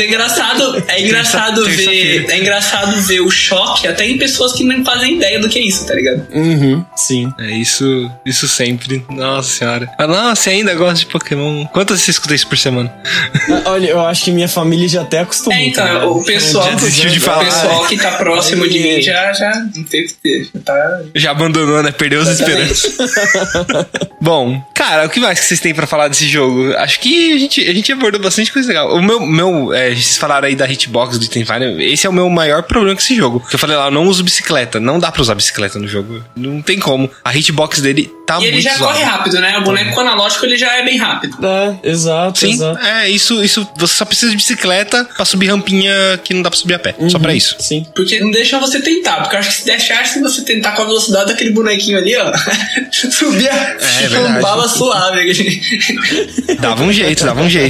engraçado ver o choque até em pessoas que não fazem ideia do que é isso, tá ligado? Sim. É isso sempre. Nossa senhora. Mas nossa, você ainda gosta de Pokémon? Quantas você escuta isso por semana? Olha, eu acho que minha família já até acostumou. Então, o pessoal, o pessoal que tá próximo de mim já não teve que ter. Já abandonou, né? Perdeu as esperanças. Bom, cara, o que mais que vocês têm pra falar desse jogo? Acho que a gente abordou bastante coisa legal. O meu vocês falaram aí da hitbox do Item Finder. Esse é o meu maior problema com esse jogo. Porque eu falei lá, eu não uso bicicleta. Não dá pra usar bicicleta no jogo. Não tem como. A hitbox dele tá muito E ele já zoado. corre rápido, né? O boneco analógico, ele já é bem rápido. Exato. Sim, exato. Isso você só precisa de bicicleta pra subir rampinha que não dá pra subir a pé. Só pra isso. Sim. Porque não deixa você tentar. Porque eu acho que se deixasse você tentar com a velocidade daquele bonequinho ali, ó, subia com bala suave. Dava um jeito.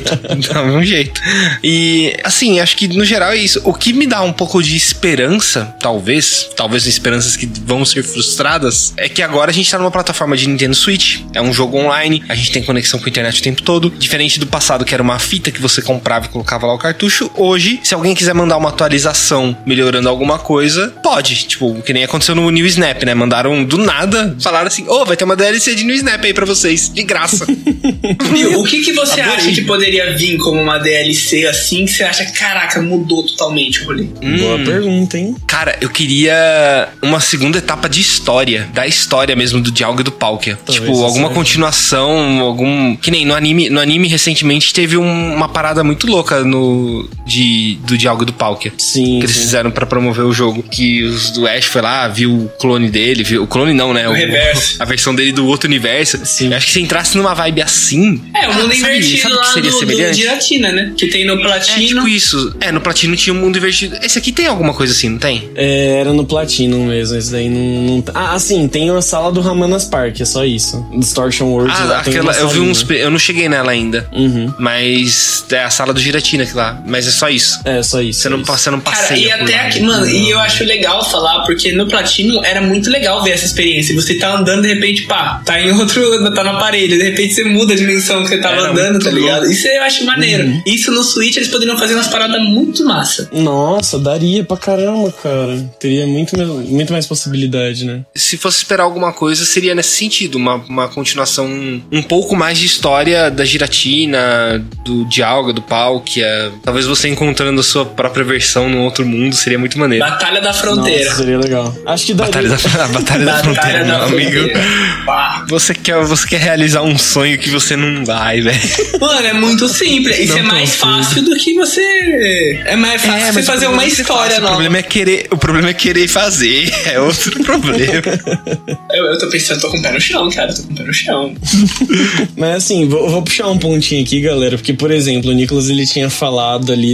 E, assim, acho que no geral é isso. O que me dá um pouco de esperança, talvez esperanças que vão ser frustradas, é que agora a gente tá numa plataforma de Nintendo Switch. É um jogo online, a gente tem conexão com a internet o tempo todo. Diferente do passado, que era uma fita que você comprava e colocava lá o cartucho. Hoje, se alguém quiser mandar uma atualização melhorando alguma coisa, pode. Tipo, que nem aconteceu no New Snap, né? Mandaram do nada, falaram assim, vai ter uma DLC de New Snap aí pra vocês, de graça. Viu, o que você acha que poderia vir como uma DLC assim, que você acha, caraca, mudou totalmente o rolê? Boa pergunta, hein? Cara, eu queria uma segunda etapa de história, da história mesmo do Dialga e do Palkia. Talvez tipo, alguma continuação, que nem no anime recentemente teve uma parada muito louca do Dialga e do Palkia. Sim. Que eles fizeram pra promover o jogo. Que o Ash foi lá, viu o clone dele, o clone não, né? O reverso. A versão dele do outro universo. Sim. Eu acho que se entrasse numa vibe assim... o mundo invertido lá do Giratina, né? Que tem no Platino. Tipo isso. No Platino tinha um mundo invertido. Esse aqui tem alguma coisa assim, não tem? Era no Platinum mesmo, esse daí não... sim, tem a sala do Ramanas Park, é só isso. Distortion World. Aquela, eu vi eu não cheguei nela ainda. Mas é a sala do Giratina aqui lá. Mas é só isso. É, só isso. Você não passeia. Cara, e até aqui, mano, e eu acho legal falar, porque no Platino era muito legal ver essa experiência. Você tá andando, de repente, tá em outro, tá no aparelho, de repente você muda a dimensão que você tava andando, tá ligado? Louco. Isso eu acho maneiro. Isso no Switch eles poderiam fazer umas paradas muito massa. Nossa, daria pra caramba, cara. Teria muito mais possibilidade, né? Se fosse esperar alguma coisa, seria nesse sentido, uma continuação um pouco mais de história da Giratina, do Dialga, do Palkia. Talvez você encontrando a sua própria versão num outro mundo, seria muito maneiro. Batalha da Fronteira. Nossa, seria legal. Acho que daria. Batalha da Fronteira, meu amigo. Você quer realizar um sonho que você não vai, velho. Mano, é muito simples. Isso é mais fácil do que você... É mais fácil você fazer uma história nova. O problema é querer fazer. É outro problema. Eu tô pensando, tô com o pé no chão, cara. Tô com o pé no chão. Mas assim, vou puxar um pontinho aqui, galera. Porque, por exemplo, o Nicolas, ele tinha falado ali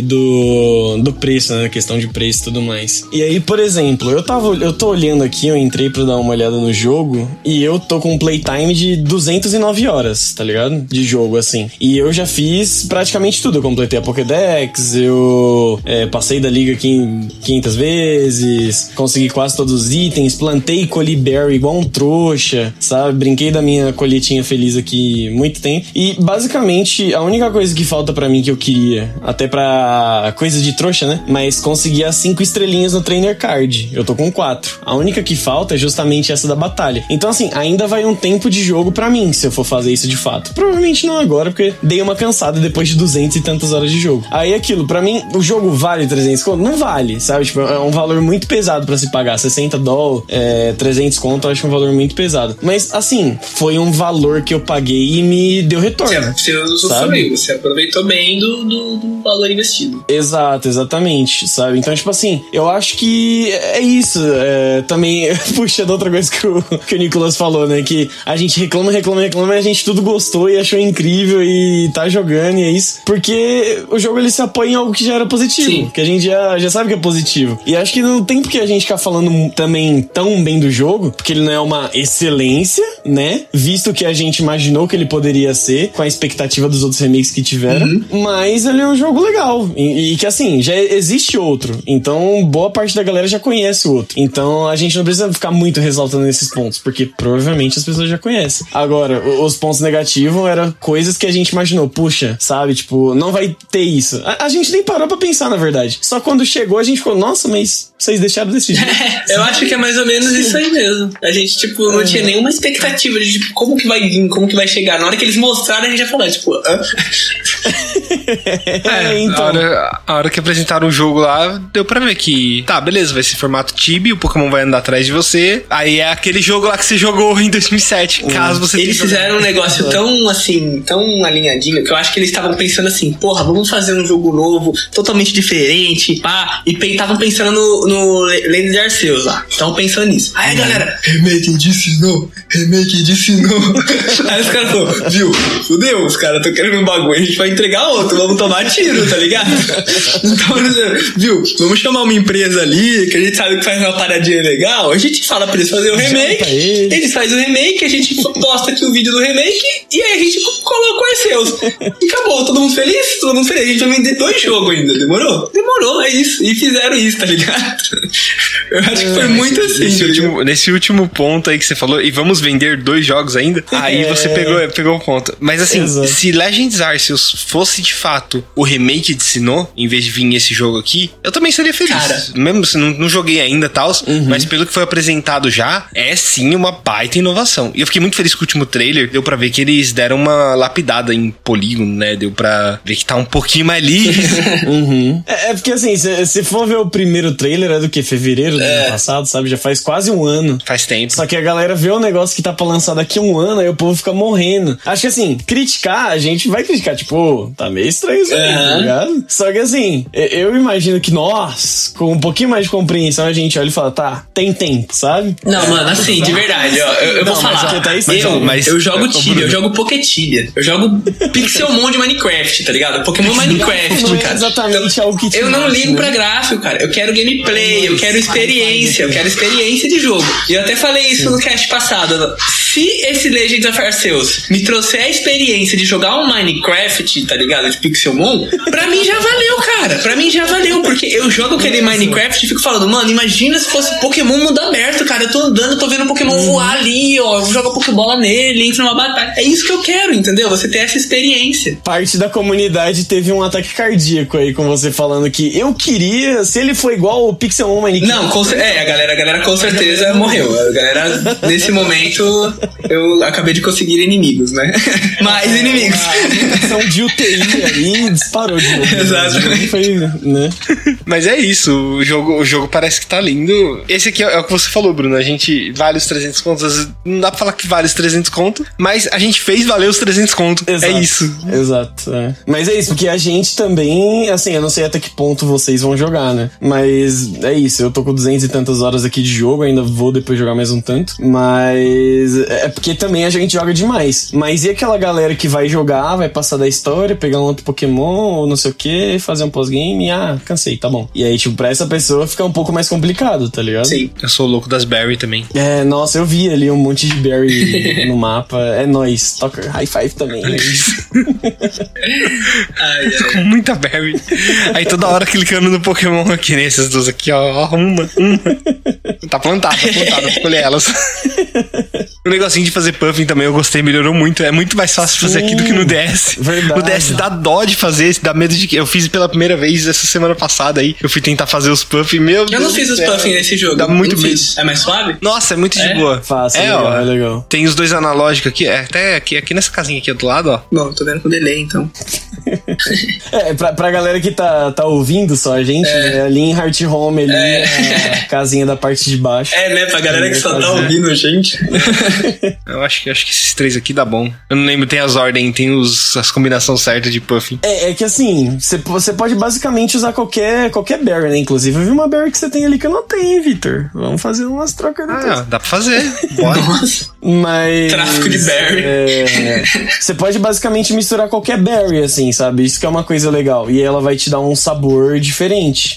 do preço, né? Questão de preço e tudo mais. E aí, por exemplo, eu tô olhando aqui, eu entrei pra dar uma olhada no jogo e eu tô com um playtime de 209 horas, tá ligado? De jogo, assim. E eu já fiz praticamente tudo. Eu completei a Pokédex, eu passei da liga 500 vezes, consegui quase todos os itens, plantei e colhi berry igual um trouxa, sabe? Brinquei da minha colheitinha feliz aqui muito tempo. E, basicamente, a única coisa que falta pra mim que eu queria, até pra coisa de trouxa, né? Mas consegui as 5 estrelinhas no Trainer Card. Eu tô com 4. A única que falta é justamente essa da batalha. Então, assim, ainda vai um tempo de jogo pra mim, se eu for fazer isso de fato. Provavelmente não agora, porque dei uma cansada depois de 200 e tantas horas de jogo. Aí, aquilo, pra mim, o jogo vale 300 conto? Não vale, sabe? Tipo, é um valor muito pesado pra se pagar. 60 dólares, 300 conto, eu acho um valor muito pesado. Mas, assim, foi um valor que eu paguei e me deu retorno. Você aproveitou bem do valor investido. Exato, exatamente, sabe? Então, tipo assim, eu acho que é isso. Também, puxando outra coisa que o Nicolas falou, né? Que a gente reclama e a gente tudo gostou e achou incrível e tá jogando e é isso. Porque o jogo, ele se apoia em algo que já era positivo. Sim. Que a gente já sabe que é positivo. E acho que não tem porque a gente ficar falando também tão bem do jogo, porque ele não é uma excelência, né? Visto que a gente imaginou que ele poderia ser, com a expectativa dos outros remakes que tiveram. Mas ele é um jogo legal. E que assim, já existe outro. Então, boa parte da galera já conhece o outro. Então, a gente não precisa ficar muito ressaltando nesses pontos, porque provavelmente as pessoas já conhecem. Agora, os pontos negativos eram coisas que a gente imaginou. Puxa, sabe? Tipo, não vai ter isso. A gente nem parou pra pensar, na verdade. Só quando chegou, a gente ficou, nossa, mas vocês deixaram desse jeito. Eu acho que é mais ou menos isso aí mesmo. A gente, tipo, não tinha nenhuma expectativa de, tipo, como que vai vir, como que vai chegar. Na hora que eles mostraram, a gente já falou, tipo... Então. A hora que apresentaram o jogo lá, deu pra ver que, tá, beleza, vai ser formato Tibia, o Pokémon vai andar atrás de você. Aí é aquele jogo lá que você jogou em 2007, caso você Eles fizeram um negócio tão, assim, tão alinhadinho, que eu acho que eles estavam pensando assim, porra, vamos fazer um jogo novo, totalmente diferente, pá. E estavam pensando no Land of Arceus lá. Estavam pensando nisso. Aí, galera, remake disso não. Aí os caras falaram, viu, fudeu, os caras estão querendo um bagulho, a gente vai entregar outro, vamos tomar tiro, tá ligado? Então, viu, vamos chamar uma empresa ali, que a gente sabe que faz uma paradinha legal, a gente fala pra eles fazerem o remake, eles fazem o remake, a gente posta aqui o vídeo do remake, e aí a gente coloca o Arceus. E acabou, todo mundo feliz? Todo mundo feliz. A gente vai vender 2 jogos ainda, demorou? Demorou, é isso. E fizeram isso, tá ligado? Eu acho que foi muito assim. Nesse último ponto aí que você falou, e vamos vender 2 jogos ainda, aí você pegou o ponto. Mas assim, se Legends Arceus fosse de fato o remake de Sinnoh, em vez de vir esse jogo aqui, eu também seria feliz. Cara, mesmo se não joguei ainda e tal, mas pelo que foi apresentado já, é sim uma baita inovação. E eu fiquei muito feliz com o último trailer, deu pra ver que eles deram uma lapidada em polígono, né? Deu pra ver que tá um pouquinho mais liso. É porque assim, se for ver o primeiro trailer, é do que? Fevereiro do ano passado, sabe? Já faz quase um ano. Faz tempo. Só que a galera vê o negócio que tá pra lançar daqui a um ano, aí o povo fica morrendo. Acho que assim, criticar, a gente vai criticar, tipo, tá meio estranho isso aí, tá ligado? Só que assim, eu imagino que nós, com um pouquinho mais de compreensão, a gente olha e fala, tá, tem tempo, sabe? Não, mano, assim, de verdade, ó, eu vou falar. Eu jogo Tibia, eu jogo Poketibia, eu jogo Pixelmon de Minecraft, tá ligado? Pokémon Minecraft, não é cara. exatamente algo que te Eu não mate, ligo né? pra gráfico, cara. Eu quero gameplay, eu quero experiência, de jogo. E eu até falei isso no cast passado. Se esse Legends of Arceus me trouxer a experiência de jogar um Minecraft, tá ligado? De Pixelmon, pra mim já valeu, cara. Pra mim já valeu, porque eu jogo aquele Minecraft e fico falando, mano, imagina se fosse Pokémon mundo aberto, cara. Eu tô andando, tô vendo o Pokémon voar ali, ó. Eu jogo a Pokébola nele, entra numa batalha. É isso que eu quero, entendeu? Você ter essa experiência. Parte da comunidade teve um ataque cardíaco aí com você falando que eu queria, se ele for igual o Pixelmon Minecraft. Não, a galera com certeza morreu. A galera, nesse momento, eu acabei de conseguir inimigos, né? Mais inimigos. A ação de UTI aí disparou de novo. Exato. Foi, né? Mas é isso, o jogo parece que tá lindo. Esse aqui é o que você falou, Bruno. A gente vale os 300 contos. Não dá pra falar que vale os 300 contos, mas a gente fez valer os 300 contos. Exato, é isso. Exato. É. Mas é isso, porque a gente também, assim, eu não sei até que ponto vocês vão jogar, né? Mas é isso, eu tô com 200 e tantas horas aqui de jogo, ainda vou depois jogar mais um tanto. Mas é porque também a gente joga demais. Mas e aquela galera que vai jogar, vai passar da história, pegar um outro Pokémon ou não sei o que, fazer um pós-game, cansei, tá bom. E aí, tipo, pra essa pessoa fica um pouco mais complicado, tá ligado? Sim. Eu sou o louco das berry também. É, nossa, eu vi ali um monte de berry no mapa. É nóis. Toca high five também. Com muita berry. Aí toda hora clicando no Pokémon aqui, nesses duas aqui, ó. Uma. Tá plantado, vou colher elas. O negocinho de fazer puffing também eu gostei, melhorou muito. É muito mais fácil fazer aqui do que no DS. Verdade. No DS dá dó de fazer, dá medo de que. Eu fiz pela primeira vez essa semana passada aí. Eu fui tentar fazer os puffing, meu Deus. Eu não fiz os puffing nesse jogo. Dá muito medo. É mais suave? Nossa, é muito de boa. Fácil, legal, é legal. Tem os 2 analógicos aqui, até aqui nessa casinha aqui do lado, ó. Bom, tô vendo com delay, então. Pra galera que tá ouvindo só a gente, né, ali em Heart Home, ali a casinha da parte de baixo. Né, pra galera que só tá ouvindo, gente. Eu acho que esses 3 aqui dá bom. Eu não lembro, tem as ordens, tem as combinações certas de puffing. É que assim, você pode basicamente usar qualquer berry, né? Inclusive, eu vi uma berry que você tem ali que eu não tenho, Victor. Vamos fazer umas trocas depois. Dá pra fazer. Bora. Mas... Tráfico de berry. Você pode basicamente misturar qualquer berry, assim, sabe? Isso que é uma coisa legal. E ela vai te dar um sabor diferente.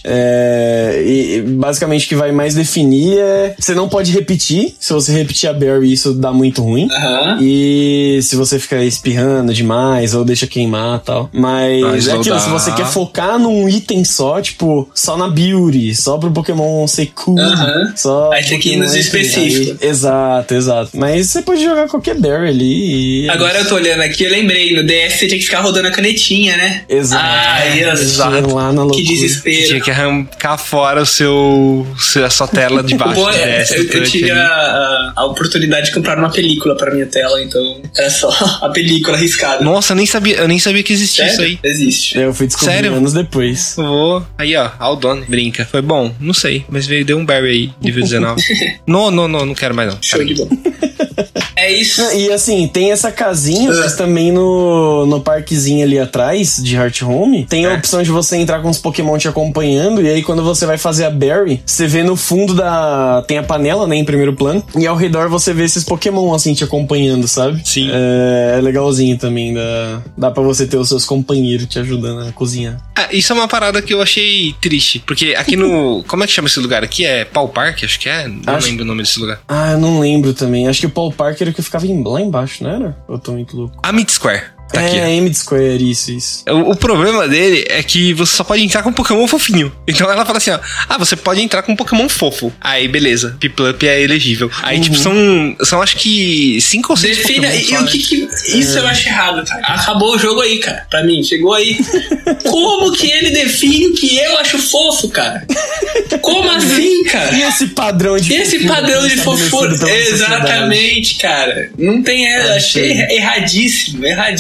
E basicamente o que vai mais definir é... Você não pode repetir. Se você repetir a berry, isso dá muito ruim. E se você ficar espirrando demais ou deixa queimar e tal. Mas é aquilo, se você quer focar num item só, tipo, só na beauty, só pro Pokémon ser cool, só... Aí tem que ir nos específicos. Exato. Mas você pode jogar qualquer berry ali e... Agora eu tô olhando aqui, eu lembrei, no DS você tinha que ficar rodando a canetinha, né? Exato. Lá na loucura. Que desespero. Você tinha que arrancar fora a sua tela de baixo do DS. Eu tive a oportunidade de comprar uma película pra minha tela, então era só a película arriscada. Nossa, eu nem sabia que existia isso aí. Existe. Eu fui descobrir anos depois. Aí, ó, Aldone brinca. Foi bom? Não sei, mas deu um berry aí, nível 19. Não quero mais não. Show de bola. É isso. E assim, tem essa casinha, mas também no parquezinho ali atrás de Heart Home, tem a opção de você entrar com os Pokémon te acompanhando, e aí quando você vai fazer a Berry, você vê no fundo tem a panela, né, em primeiro plano, e ao redor você vê esses Pokémon assim te acompanhando, sabe? Sim. É legalzinho também, dá pra você ter os seus companheiros te ajudando a cozinhar. Isso é uma parada que eu achei triste, porque aqui no... Como é que chama esse lugar aqui? É Paul Park, acho que é? Não lembro o nome desse lugar. Eu não lembro também. Acho que o Paul Park era o que ficava lá embaixo, não era? Eu tô muito louco. Amit Square. Tá aqui, Amit Square, isso. O problema dele é que você só pode entrar com um Pokémon fofinho. Então ela fala assim, ó, você pode entrar com um Pokémon fofo. Aí, beleza, Piplup é elegível. Aí, tipo, são acho que 5 ou 6 Defina, e o que isso eu acho errado, cara. Acabou o jogo aí, cara. Pra mim, chegou aí. Como que ele define o que eu acho fofo, cara? Como assim, cara? E esse padrão de fofura? Exatamente, cara. Não tem... achei erradíssimo.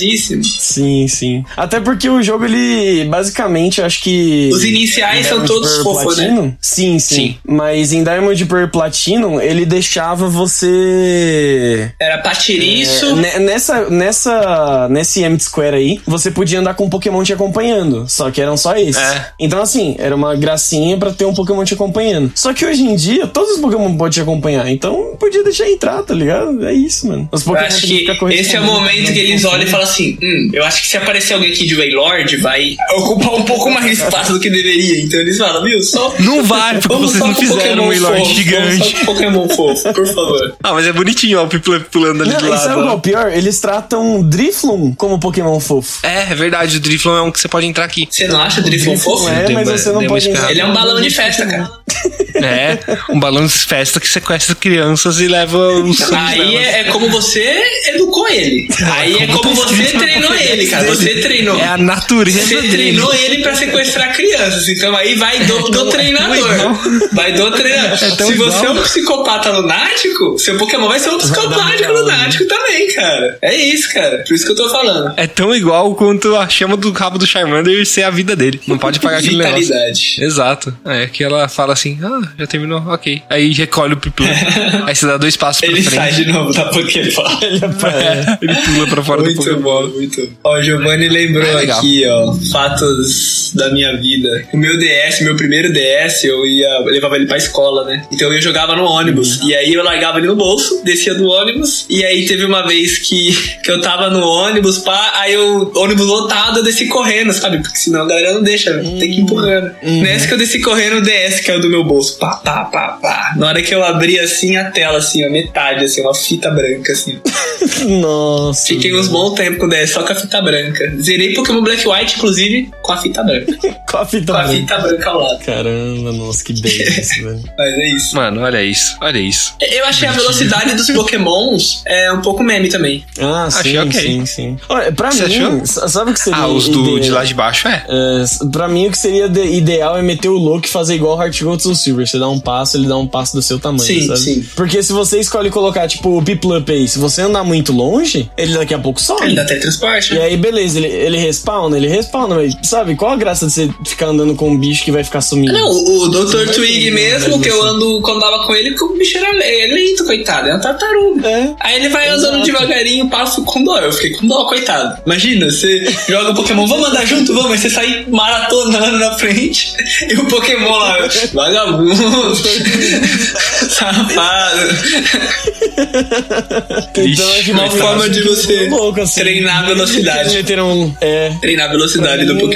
Sim. Até porque o jogo, ele basicamente, acho que... Os iniciais são todos fofos, né? Sim. Mas em Diamond Pearl Platinum, ele deixava você... Era patiriço. Nesse Amit Square aí, você podia andar com um Pokémon te acompanhando. Só que eram só esses. Então, assim, era uma gracinha pra ter um Pokémon te acompanhando. Só que hoje em dia, todos os Pokémon podem te acompanhar. Então, podia deixar entrar, tá ligado? É isso, mano. Os Pokémon eu acho que esse é o momento que eles olham e falam assim, eu acho que se aparecer alguém aqui de Wailord, vai ocupar um pouco mais espaço do que deveria. Então eles falam, só... Não vai, porque vocês não fizeram um Wailord gigante. Vamos só com Pokémon fofo, por favor. Mas é bonitinho, ó, o Piplup pulando ali do lado. E sabe qual é o pior? Eles tratam Drifloon como Pokémon fofo. É verdade, o Drifloon é um que você pode entrar aqui. Você não acha o Drifloon fofo? Mas você não pode entrar. Ele é um balão de festa, cara. Um balão de festa que sequestra crianças e leva os... Aí é como você educou ele. Aí é como você treinou ele, cara. Você treinou. É a natureza Você dele. treinou ele pra sequestrar crianças. Então aí vai do treinador. Vai do treinador. Se você é um psicopata lunático, seu Pokémon vai ser um psicopata lunático também, cara. É isso, cara. Por isso que eu tô falando. É tão igual quanto a chama do rabo do Charmander ser a vida dele. Não pode pagar aquele negócio. Vitalidade. Exato. É que ela fala assim, já terminou, ok. Aí recolhe o Piplup. Aí você dá 2 passos pra frente. Ele sai de novo da Pokéball. Ele pula pra fora do Pokéball. Muito bom. Ó, o Giovanni lembrou aqui, ó, fatos da minha vida. O meu DS, meu primeiro DS, eu levava ele pra escola, né? Então eu jogava no ônibus. E aí eu largava ele no bolso, descia do ônibus. E aí teve uma vez que eu tava no ônibus, aí o ônibus lotado, eu desci correndo, sabe? Porque senão a galera não deixa, tem que ir empurrando. Nessa que eu desci correndo, o DS caiu do meu bolso. Pá. Na hora que eu abri assim a tela, assim, ó, metade, assim, uma fita branca, assim. Nossa. Fiquei uns bons tempos com o DS só com a fita branca. Zerei Pokémon Black White, inclusive, com a fita branca. Com a fita branca ao lado. Caramba, nossa, que bem isso, velho. Mas é isso. Mano, olha isso. Eu achei a velocidade dos Pokémons um pouco meme também. Achei ok. Sim. Olha, pra mim, achou? sabe o que seria os de lá de baixo, pra mim, o que seria ideal é meter o louco e fazer igual Heart Gold Soul Silver. Você dá um passo, ele dá um passo do seu tamanho, sabe? Sim. Porque se você escolhe colocar, tipo, o Piplup aí, se você andar muito longe, ele daqui a pouco sobe. Ele dá teletransporte. E aí, beleza, ele respawna, mas sabe, qual a graça de você ficar andando com um bicho que vai ficar sumindo? Não, o Dr. Twig mesmo, que eu ando, quando tava com ele, que o bicho era lento, coitado, é uma tartaruga. Aí ele vai andando devagarinho, passo com dó, eu fiquei com dó, coitado. Imagina, você joga o Pokémon, vamos andar junto, vamos, aí você sai maratonando na frente, e o Pokémon lá, vagabundo, safado. Então, uma forma de você treinar a velocidade. Treinar a velocidade do Pokémon.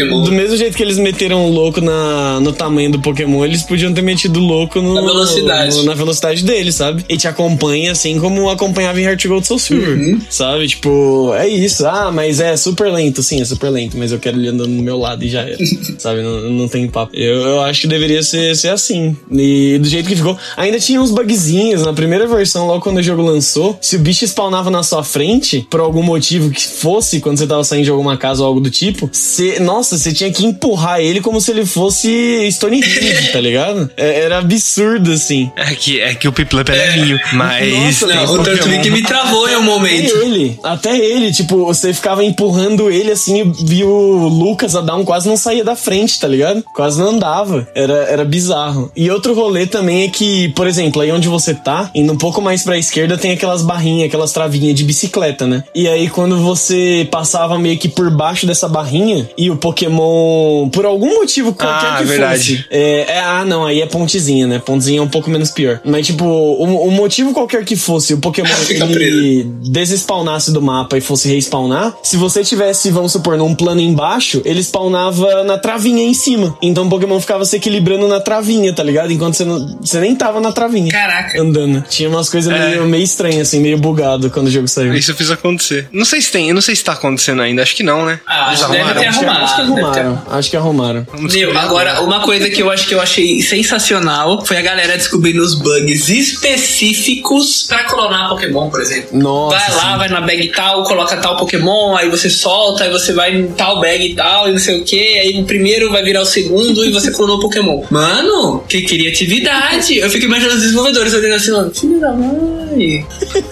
Pokémon. Do mesmo jeito que eles meteram louco no tamanho do Pokémon, eles podiam ter metido louco na velocidade. Na velocidade dele, sabe? E te acompanha assim como acompanhava em Heart Gold Soul Silver, sabe? Tipo, é isso. Ah, mas é super lento. Sim, é super lento, mas eu quero ele andando no meu lado e já era. Sabe? Não tem papo. Eu acho que deveria ser assim. E do jeito que ficou. Ainda tinha uns bugzinhos na primeira versão, logo quando o jogo lançou. Se o bicho spawnava na sua frente, por algum motivo que fosse, quando você tava saindo de alguma casa ou algo do tipo, você tinha que empurrar ele como se ele fosse Stone Age, tá ligado? Era absurdo, assim. É que o Piplup é levinho, mas... Nossa, não, o Turtwig me travou em um momento. Até ele, tipo, você ficava empurrando ele assim, e viu o Lucas, a Dawn quase não saía da frente, tá ligado? Quase não andava. Era bizarro. E outro rolê também é que, por exemplo, aí onde você tá, indo um pouco mais pra esquerda, tem aquelas barrinhas, aquelas travinhas de bicicleta, né? E aí quando você passava meio que por baixo dessa barrinha e o Pokémon, por algum motivo qualquer que verdade. fosse... não, aí é pontezinha, né? Pontezinha é um pouco menos pior. Mas tipo, o motivo qualquer que fosse, o Pokémon ele desespawnasse do mapa e fosse respawnar, se você tivesse, vamos supor, num plano embaixo, ele spawnava na travinha em cima. Então o Pokémon ficava se equilibrando na travinha, tá ligado? Enquanto você nem tava na travinha. Caraca. Andando. Tinha umas coisas meio estranhas, assim, meio bugado quando o jogo saiu. Isso eu fiz acontecer. Não sei se tá acontecendo ainda, acho que não, né? Acho que deve ter arrumado. Acho que arrumaram. Meu, agora, uma coisa que eu achei sensacional foi a galera descobrindo os bugs específicos pra clonar Pokémon, por exemplo. Nossa, vai lá, vai na bag tal, coloca tal Pokémon, aí você solta, aí você vai em tal bag e tal, e não sei o que, aí o primeiro vai virar o segundo e você clonou o Pokémon. Mano, que criatividade! Eu fico imaginando os desenvolvedores olhando assim, mano, filho da mãe.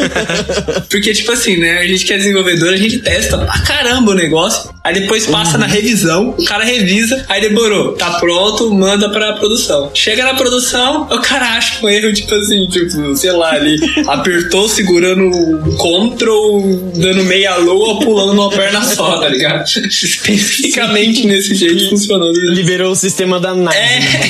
Porque, tipo assim, né, a gente que é desenvolvedor, a gente testa pra caramba o negócio, aí depois passa na revisão, o cara revisa, aí demorou, tá pronto, manda pra produção. Chega na produção, o cara acha um erro, tipo assim, tipo, sei lá, ele apertou segurando o Ctrl, dando meia lua, pulando numa perna só, tá ligado? Especificamente nesse jeito funcionando. Liberou o sistema da NASA.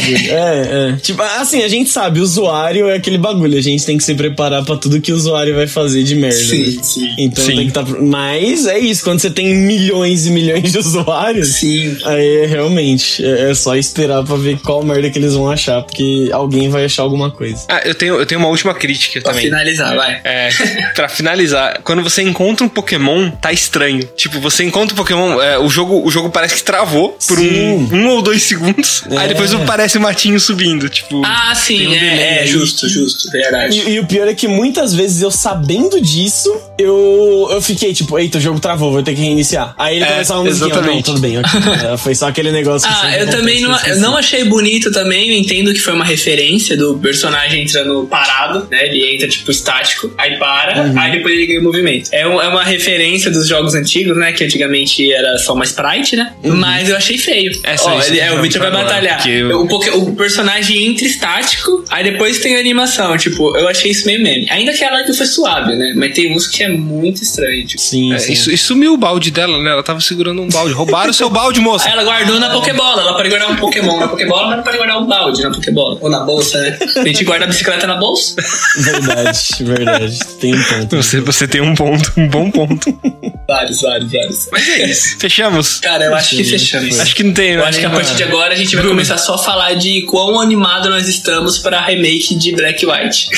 Tipo, assim, a gente sabe, o usuário é aquele bagulho, a gente tem que se preparar pra tudo que o usuário vai fazer de merda. Sim, né? sim. Então tem que estar. Mas é isso, quando você tem milhões e milhões de usuários, sim. Aí realmente é só esperar pra ver qual merda que eles vão achar, porque alguém vai achar alguma coisa. Eu tenho uma última crítica pra também. Pra finalizar, vai. Pra finalizar, quando você encontra um Pokémon, tá estranho. Tipo, você encontra um Pokémon, o jogo parece que travou por um ou 2 segundos, aí depois aparece o matinho subindo, tipo... Ah, sim, justo, verdade. E o pior é que muitas vezes eu sabendo disso, eu fiquei tipo, eita, o jogo travou, vou ter que reiniciar. Aí ele começava a musiquinha, não, tudo bem, okay. Foi só aquele negócio que eu também não achei bonito também, eu entendo que foi uma referência do personagem entrando parado, né, ele entra tipo estático, aí para, aí depois ele ganha o movimento. É uma referência dos jogos antigos, né, que antigamente era só uma sprite, né, mas eu achei feio. O Victor vai batalhar. O personagem entra estático, aí depois tem a animação, tipo, eu achei isso meio meme. Ainda que ela foi suave, né, mas tem uns que é muito estranho, tipo. Sim. E sumiu o balde dela, né, ela tava segurando um balde. Roubaram o seu balde, moça. Aí ela guardou na Pokébola, ela pode guardar um Pokémon na Pokébola, mas não pode guardar um balde na Pokébola. Ou na bolsa, né? A gente guarda a bicicleta na bolsa. Verdade. Tem um ponto. Você tem um ponto, um bom ponto. Vários. Mas é isso. Fechamos? Cara, eu acho que fechamos. Acho que não tem. Eu acho que a partir de agora a gente vai começar só a falar de quão animado nós estamos pra remake de Black e White.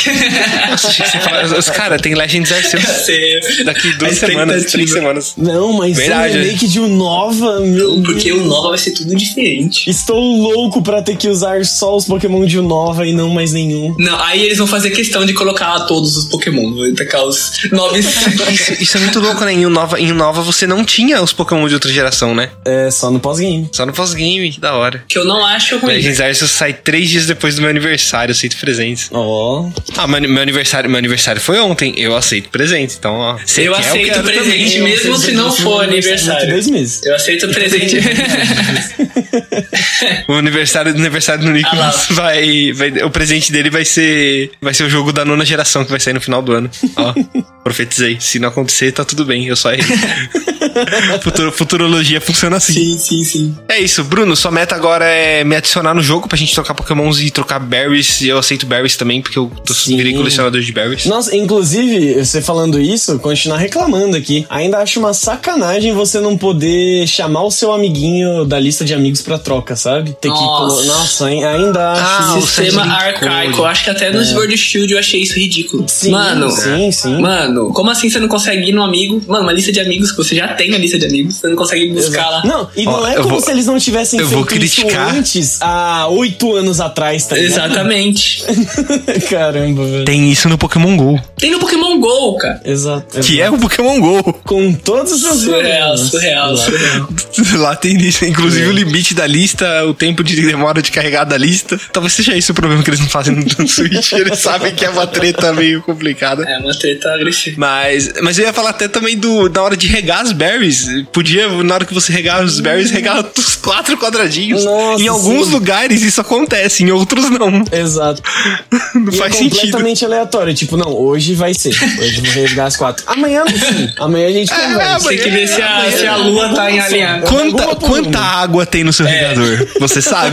Cara, tem Legends Arceus. Daqui 2 semanas, 3 semanas. Não, mas verdade, um remake de um Nova, porque o Nova vai ser tudo diferente. Estou louco pra ter que usar só os Pokémon de Nova e não mais nenhum. Não, aí eles vão fazer questão de colocar lá todos os Pokémon. Vão tacar os 9. Isso é muito louco, né? Em Nova você não tinha os Pokémon de outra geração, né? Só no pós-game. Só no pós-game, que da hora. Que eu não acho ruim. Legends Arceus sai 3 dias depois do meu aniversário, eu aceito presentes. Meu aniversário foi ontem, eu aceito presente, então ó. Eu aceito presente mesmo se não for aniversário. 2 meses. Eu aceito presente. O aniversário do Nicolas o presente dele vai ser o jogo da 9ª geração que vai sair no final do ano. Ó, profetizei. Se não acontecer, tá tudo bem, eu só errei. Futurologia funciona assim. Sim. É isso, Bruno, sua meta agora é me adicionar no jogo pra gente trocar Pokémons e trocar berries. E eu aceito berries também, porque eu virei colecionador de berries. Nossa, inclusive, você falando isso, continuar reclamando aqui. Ainda acho uma sacanagem você não poder chamar o seu amiguinho da lista de amigos pra troca, sabe? Ter que Nossa, ainda acho sistema arcaico. Eu acho que até no Sword Shield eu achei isso ridículo. Sim, mano, sim. Mano, como assim você não consegue ir no amigo? Mano, uma lista de amigos que você já tem na lista de amigos, você não consegue buscar lá. Não, e não é como se eles não tivessem feito isso antes, há 8 anos atrás, tá ligado? Exatamente. Caramba, velho. Tem isso no Pokémon GO. Tem no Pokémon GO, cara. Exato. Que é o Pokémon GO. Com todos os seus surreal. Lá tem isso. Inclusive o limite da lista, o tempo de demora de carregar da lista. Talvez seja esse o problema que eles não fazem no Switch. Eles sabem que é uma treta meio complicada. É uma treta agressiva. Mas eu ia falar até também da hora de regar as berries. Podia, na hora que você regar os berries, regar os 4 quadradinhos. Nossa, em alguns lugares isso acontece, em outros não. Exato. Não faz sentido. É completamente aleatório. Tipo, não, hoje vai ser. Hoje eu vou regar as 4. Amanhã sim. Amanhã a gente conversa. Tem que ver se a lua tá em alinhar. Quanta água tem no seu regador? Você sabe?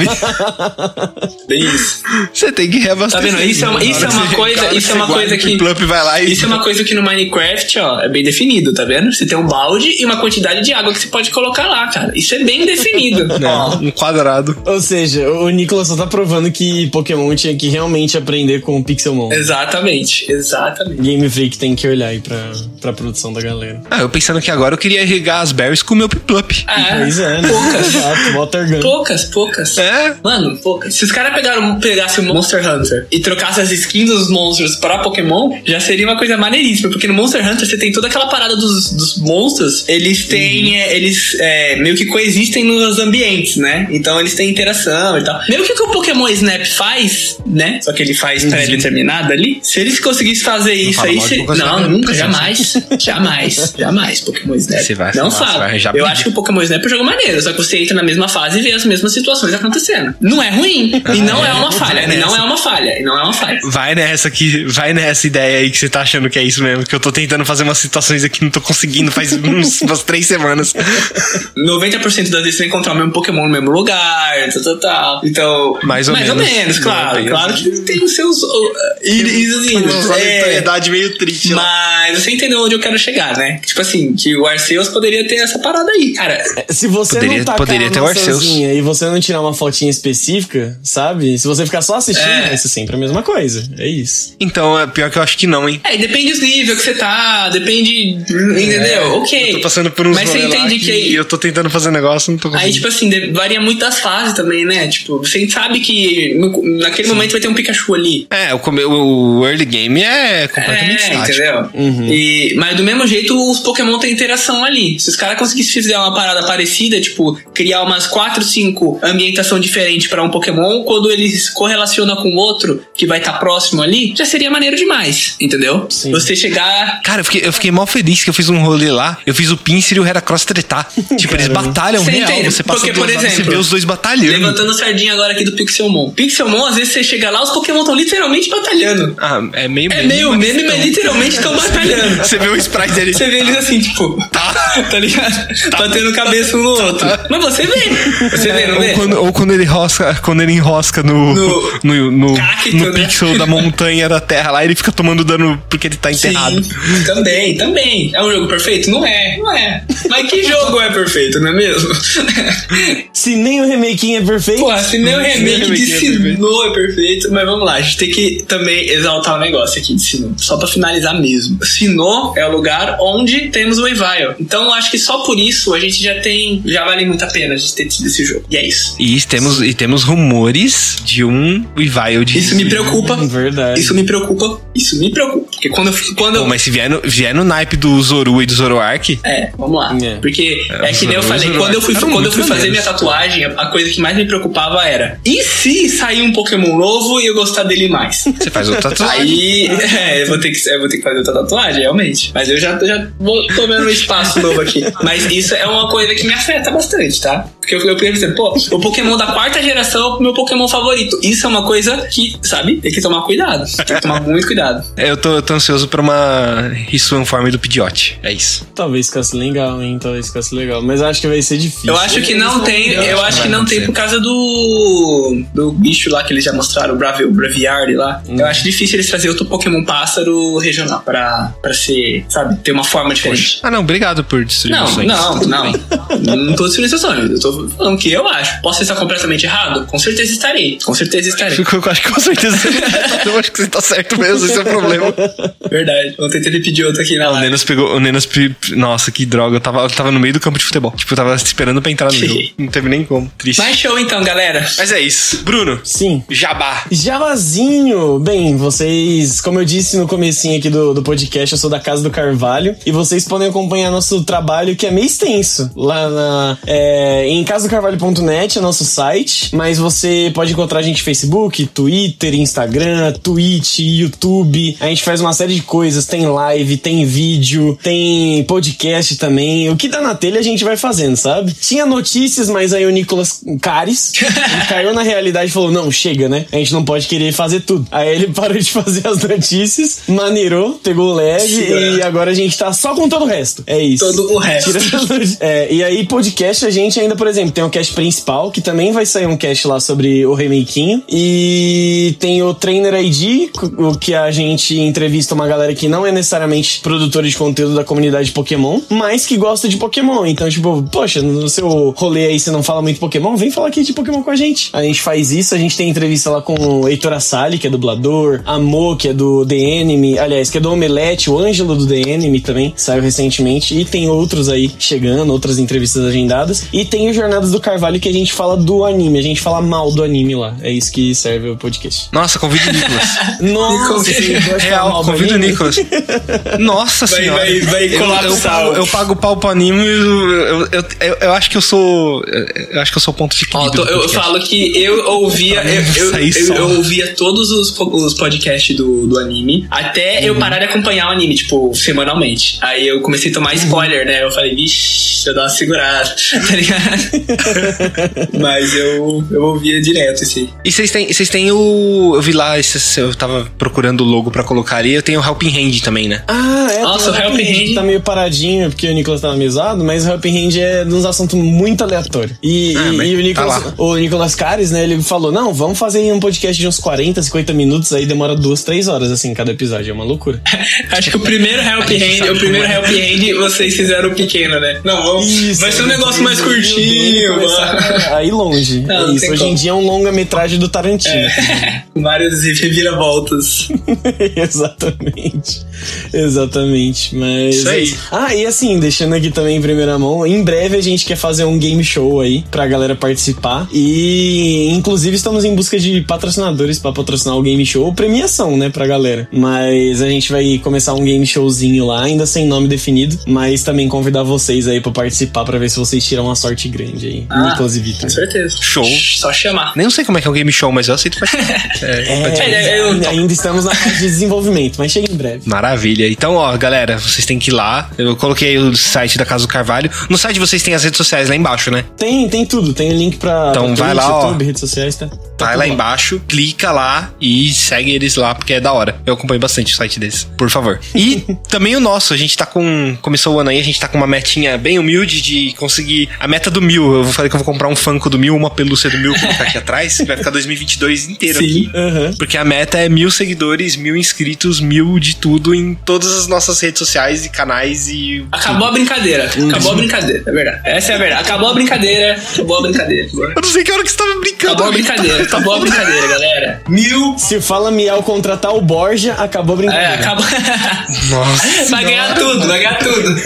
Bem isso. Você tem que reabastecer. Tá vendo? Isso é uma coisa que vai lá e... Isso é uma coisa que no Minecraft, ó, é bem definido, tá vendo? Você tem um balde e uma quantidade de água que você pode colocar lá, cara. Isso é bem definido. Um quadrado. Ou seja, o Nicolas só tá provando que Pokémon tinha que realmente aprender com o Pixelmon. Exatamente. Game Freak tem que olhar aí pra produção da galera. Eu pensando que agora eu queria regar as berries com o meu Piplup. Pois é, né? Poucas. Exato, Water Gun. Poucas. É? Mano, poucas. Se os caras pegassem o Monster Hunter e trocassem as skins dos monstros pra Pokémon, já seria uma coisa maneiríssima, porque no Monster Hunter você tem toda aquela parada dos monstros, eles têm, eles meio que coexistem nos ambientes, né? Então eles têm interação e tal. Meio que o que o Pokémon Snap faz, né? Só que ele faz pré-determinado ali. Se eles conseguissem fazer isso aí, não, nunca, jamais Pokémon Snap. Não fala. Eu acho que o Pokémon Snap é um jogo maneiro, só que você entra na mesma fase e vê as mesmas situações acontecendo. Não é ruim, e não é uma falha, Vai nessa ideia aí que você tá achando que é isso mesmo, que eu tô tentando fazer umas situações aqui, não tô conseguindo faz umas 3 semanas. 90% das vezes você vai encontrar o mesmo Pokémon no mesmo lugar, tal. Então, mais ou menos, claro que tem os seus uma aleatoriedade meio triste lá. Mas você entendeu onde eu quero chegar, né? Tipo assim, que o Arceus poderia ter essa parada aí, cara. Se você não tacar a maçãzinha e você não tirar uma fotinha específica, sabe? Se você ficar só assistindo, vai ser sempre a mesma coisa. É isso. Então, é pior que eu acho que não, hein? Depende dos níveis que você tá, depende... Entendeu? Ok. Eu tô passando por uns... Mas você entende que... E eu tô tentando fazer negócio, não tô conseguindo. Aí, tipo assim, varia muito das fases também, né? Tipo, você sabe que naquele momento vai ter um Pikachu ali. O early game é completamente estático. Entendeu? Mas do mesmo jeito, os Pokémon têm interação ali. Se os caras conseguissem fazer uma parada parecida, tipo, criar umas 4, 5 ambientação diferente pra um Pokémon, quando eles se correlacionam com o outro, que vai estar próximo ali, já seria maneiro demais, entendeu? Sim. Você chegar... Cara, eu fiquei mal feliz que eu fiz um rolê lá, eu fiz o Pinsir e o Heracross tretar. Tipo, eles batalham real, entende? Você passa porque, por exemplo, você vê os dois batalhando. Levantando sardinha agora aqui do Pixelmon. Pixelmon, às vezes você chega lá, os Pokémon estão literalmente batalhando. É meio meme, mas literalmente estão batalhando. Você vê o sprite dele. Você vê eles assim, tipo... Tá ligado? Batendo cabeça um no outro. Mas você vê, não vê? Ou quando ele enrosca no cacto, no pixel da montanha da terra lá, ele fica tomando dano porque ele tá enterrado. Sim, também. É um jogo perfeito? Não é. Mas que jogo é perfeito, não é mesmo? Se nem o remaking é perfeito. Porra, se nem o remake de Sinnoh é perfeito. Mas vamos lá, a gente tem que também exaltar o negócio aqui de Sinnoh. Só pra finalizar mesmo. Sinnoh é o lugar onde temos o Weavile. Então eu acho que só por isso a gente já vale muito a pena a gente ter tido esse jogo. E é isso. E temos rumores de um Weavile de... Isso me preocupa. Verdade. Isso me preocupa. Porque quando mas se vier no naipe do Zoru e do Zoroark... Vamos lá. Porque que nem eu falei, quando eu fui fazer minha tatuagem, a coisa que mais me preocupava era: e se sair um Pokémon novo e eu gostar dele mais? Você faz outra tatuagem. Aí, eu vou ter que fazer outra tatuagem, realmente. Mas eu já vou tomando um espaço novo aqui. Mas isso é uma coisa que me afeta bastante, tá? Porque eu pensei, pô, o Pokémon da 4ª geração é o meu Pokémon favorito. Isso é uma coisa que, sabe, tem que tomar cuidado. Tem que tomar muito cuidado. Eu tô ansioso pra uma Hisuian Form do Pidgeot. É isso. Talvez ficasse legal, hein? Talvez ficasse legal. Mas acho que vai ser difícil. Eu acho que não tem. Eu acho que não tem por causa do bicho lá que eles já mostraram, o Braviary lá. Eu acho difícil eles trazerem outro Pokémon pássaro regional pra ser, sabe, ter uma forma diferente. Ah, não, obrigado por destruir o sonho. Não tô destruindo seu sonho. Eu tô falando o que eu acho. Posso estar completamente errado? Com certeza estarei. Com certeza estarei. Eu acho que com certeza. Eu acho que você tá certo mesmo, esse é o problema. Verdade. Vou tentar pedir outro aqui na live. O Nenas Nossa, que droga. Eu tava no meio do campo de futebol. Tipo, eu tava esperando pra entrar no jogo. Não teve nem como. Triste. Mas show então, galera. Mas é isso. Bruno. Sim. Jabá. Jabazinho. Bem, vocês, como eu disse no comecinho aqui do podcast, eu sou da Casa do Carvalho. E vocês podem acompanhar nosso trabalho, que é meio extenso. Lá em casadocarvalho.net é nosso site. Mas você pode encontrar a gente no Facebook, Twitter, Instagram, Twitch, YouTube. A gente faz uma série de coisas. Tem live, tem vídeo, tem podcast também. O que dá na telha a gente vai fazendo, sabe? Tinha notícias, mas aí o Nicolas Cares caiu na realidade e falou, não, chega, né? A gente não pode querer fazer tudo. Aí ele parou de fazer as notícias, maneirou, pegou leve e agora a gente tá só com todo o resto. É isso. Todo o resto. E aí podcast a gente ainda, por exemplo, tem o cast principal, que também vai sair um cast lá sobre o remakinho. E tem o Trainer ID, o que a gente entrevista uma galera que não é necessariamente produtora de conteúdo da comunidade Pokémon, mas que gosta de Pokémon. Então, tipo, poxa, no seu rolê aí você não fala muito Pokémon, vem falar aqui de Pokémon com a gente. A gente faz isso, a gente tem entrevista lá com o Heitor Assali, que é dublador, a Mo, que é do The Enemy, aliás, que é do Omelete, o Ângelo do The Enemy também, saiu recentemente, e tem outros aí chegando, outras entrevistas agendadas, e tem o Jornadas do Carvalho, que a gente fala do anime, a gente fala mal do anime lá, é isso que serve o podcast. Nossa, convida o Nicolas. Nossa, real, convida o Nicolas. Nossa senhora. Vai colapsar. Eu pago pau pro anime, eu acho que eu sou o ponto de equilíbrio. Eu falo que eu ouvia eu ouvia todos os podcasts do anime até eu parar de acompanhar o anime, tipo, semanalmente. Aí eu comecei a tomar spoiler, né? Eu falei, vixi, eu dou uma segurada, tá ligado? Mas eu ouvia direto esse. E vocês têm o... Eu vi lá, eu tava procurando o logo pra colocar ali, eu tenho o Helping Hand também, né? Ah, é. Nossa, o Helping Hand tá meio paradinho, porque o Nicolas tava mesado, mas o Helping Hand é de uns assuntos muito aleatórios. E o Nicolas, tá o Nicolas Cares, né, ele falou, não, vamos fazer um podcast de uns 40, 50 minutos, aí demora 2-3 horas, assim, cada episódio, é uma loucura. Acho que o primeiro Helping Hand, vocês fizeram pequeno, né? Não, vamos. Vai ser um negócio mais curtinho, aí longe. Não, é isso, hoje em dia é um longa-metragem do Tarantino. Com várias reviravoltas. Exatamente, mas... Isso aí. E assim, deixando aqui também em primeira mão, em breve a gente quer fazer um game show aí pra galera participar e inclusive estamos em busca de patrocinadores pra patrocinar o game show, premiação, né, pra galera, mas a gente vai começar um game showzinho lá, ainda sem nome definido, mas também convidar vocês aí pra participar, pra ver se vocês tiram uma sorte grande aí, Nicolas e Vitor. Com certeza. Show. Só chamar. Nem sei como é que é um game show, mas eu aceito ainda estamos na fase de desenvolvimento, mas chega em breve. Maravilha. Então, ó, galera, vocês têm que ir lá. Eu coloquei o site da Casa do Carvalho. No site vocês têm as redes sociais lá embaixo, né? Tem tudo. Tem o link pra então vai Twitch, lá, YouTube, ó. redes sociais, tá? Vai lá embaixo, clica lá e segue eles lá, porque é da hora. Eu acompanho bastante o site deles, por favor. E também o nosso, a gente tá começou o ano aí, a gente tá com uma metinha bem humilde de conseguir a meta do 1000. Eu falei que eu vou comprar um Funko do 1000, uma pelúcia do 1000, colocar aqui atrás, que vai ficar 2022 inteiro. Sim. Aqui. Porque a meta é 1000 seguidores, 1000 inscritos, 1000 de tudo em todas as nossas redes sociais e canais e... Acabou a brincadeira. Acabou a brincadeira, é verdade. Essa é a verdade. Acabou a brincadeira. Eu não sei que hora que você tava brincando. Acabou a brincadeira. Acabou a brincadeira, galera. 1000. Se fala Miau contratar o Borja, acabou a brincadeira. Acabou. Nossa. Vai ganhar tudo. Vai ganhar tudo.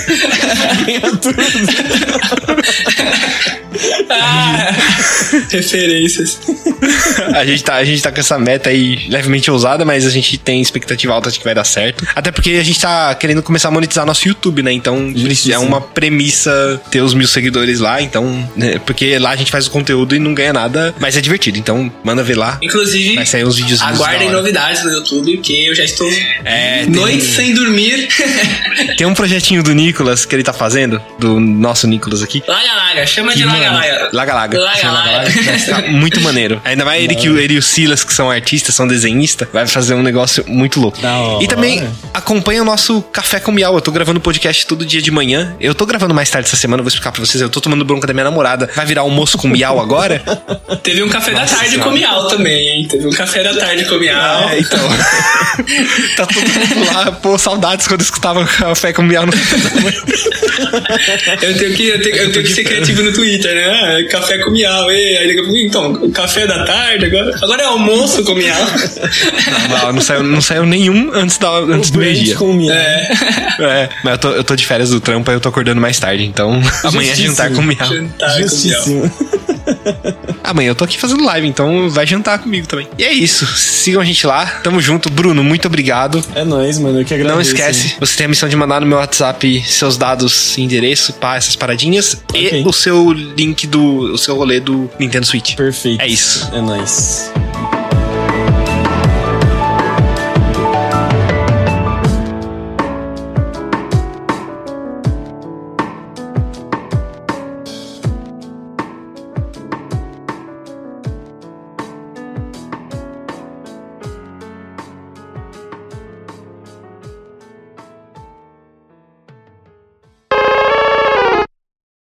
Referências. A gente tá com essa meta aí levemente ousada, mas a gente tem expectativa alta de que vai dar certo. Até porque a gente tá querendo começar a monetizar nosso YouTube, né? Então é uma premissa ter os 1000 seguidores lá, então... Né? Porque lá a gente faz o conteúdo e não ganha nada, mas é divertido. Então manda ver lá. Inclusive, vai sair uns vídeos. Aguardem novidades no YouTube, porque eu já estou noites sem dormir. Tem um projetinho do Nicolas que ele tá fazendo, do nosso Nicolas aqui. Laga, chama de Laga. Laga. Vai ficar muito maneiro. Ainda mais ele e o Silas, que são artistas, são desenhistas, vai fazer um negócio muito louco. E também acompanha o nosso Café com Miau. Eu tô gravando podcast todo dia de manhã. Eu tô gravando mais tarde essa semana, eu vou explicar pra vocês. Eu tô tomando bronca da minha namorada. Vai virar almoço com Miau agora? Teve um café da tarde com Miau também, hein? Teve um café da tarde com Miau. Então. Tá todo mundo lá. Pô, saudades quando eu escutava Café com Miau no Eu tenho que ser criativo no Twitter, né? Café com Miau. Aí liga pra mim, então, o café da tarde agora é almoço com Miau. Não saiu nenhum antes do meio-dia. Mas eu tô de férias do trampo, aí eu tô acordando mais tarde, então amanhã é jantar com Miau. Justíssimo. Amanhã eu tô aqui fazendo live, então vai jantar comigo também. E é isso, sigam a gente lá, tamo junto. Bruno, muito obrigado. É nóis, mano, eu que agradeço. Não esquece, você tem a missão de mandar no meu WhatsApp seus dados, endereço, pá, essas paradinhas, e o seu link o seu rolê do Nintendo Switch. Perfeito. É isso. É nóis.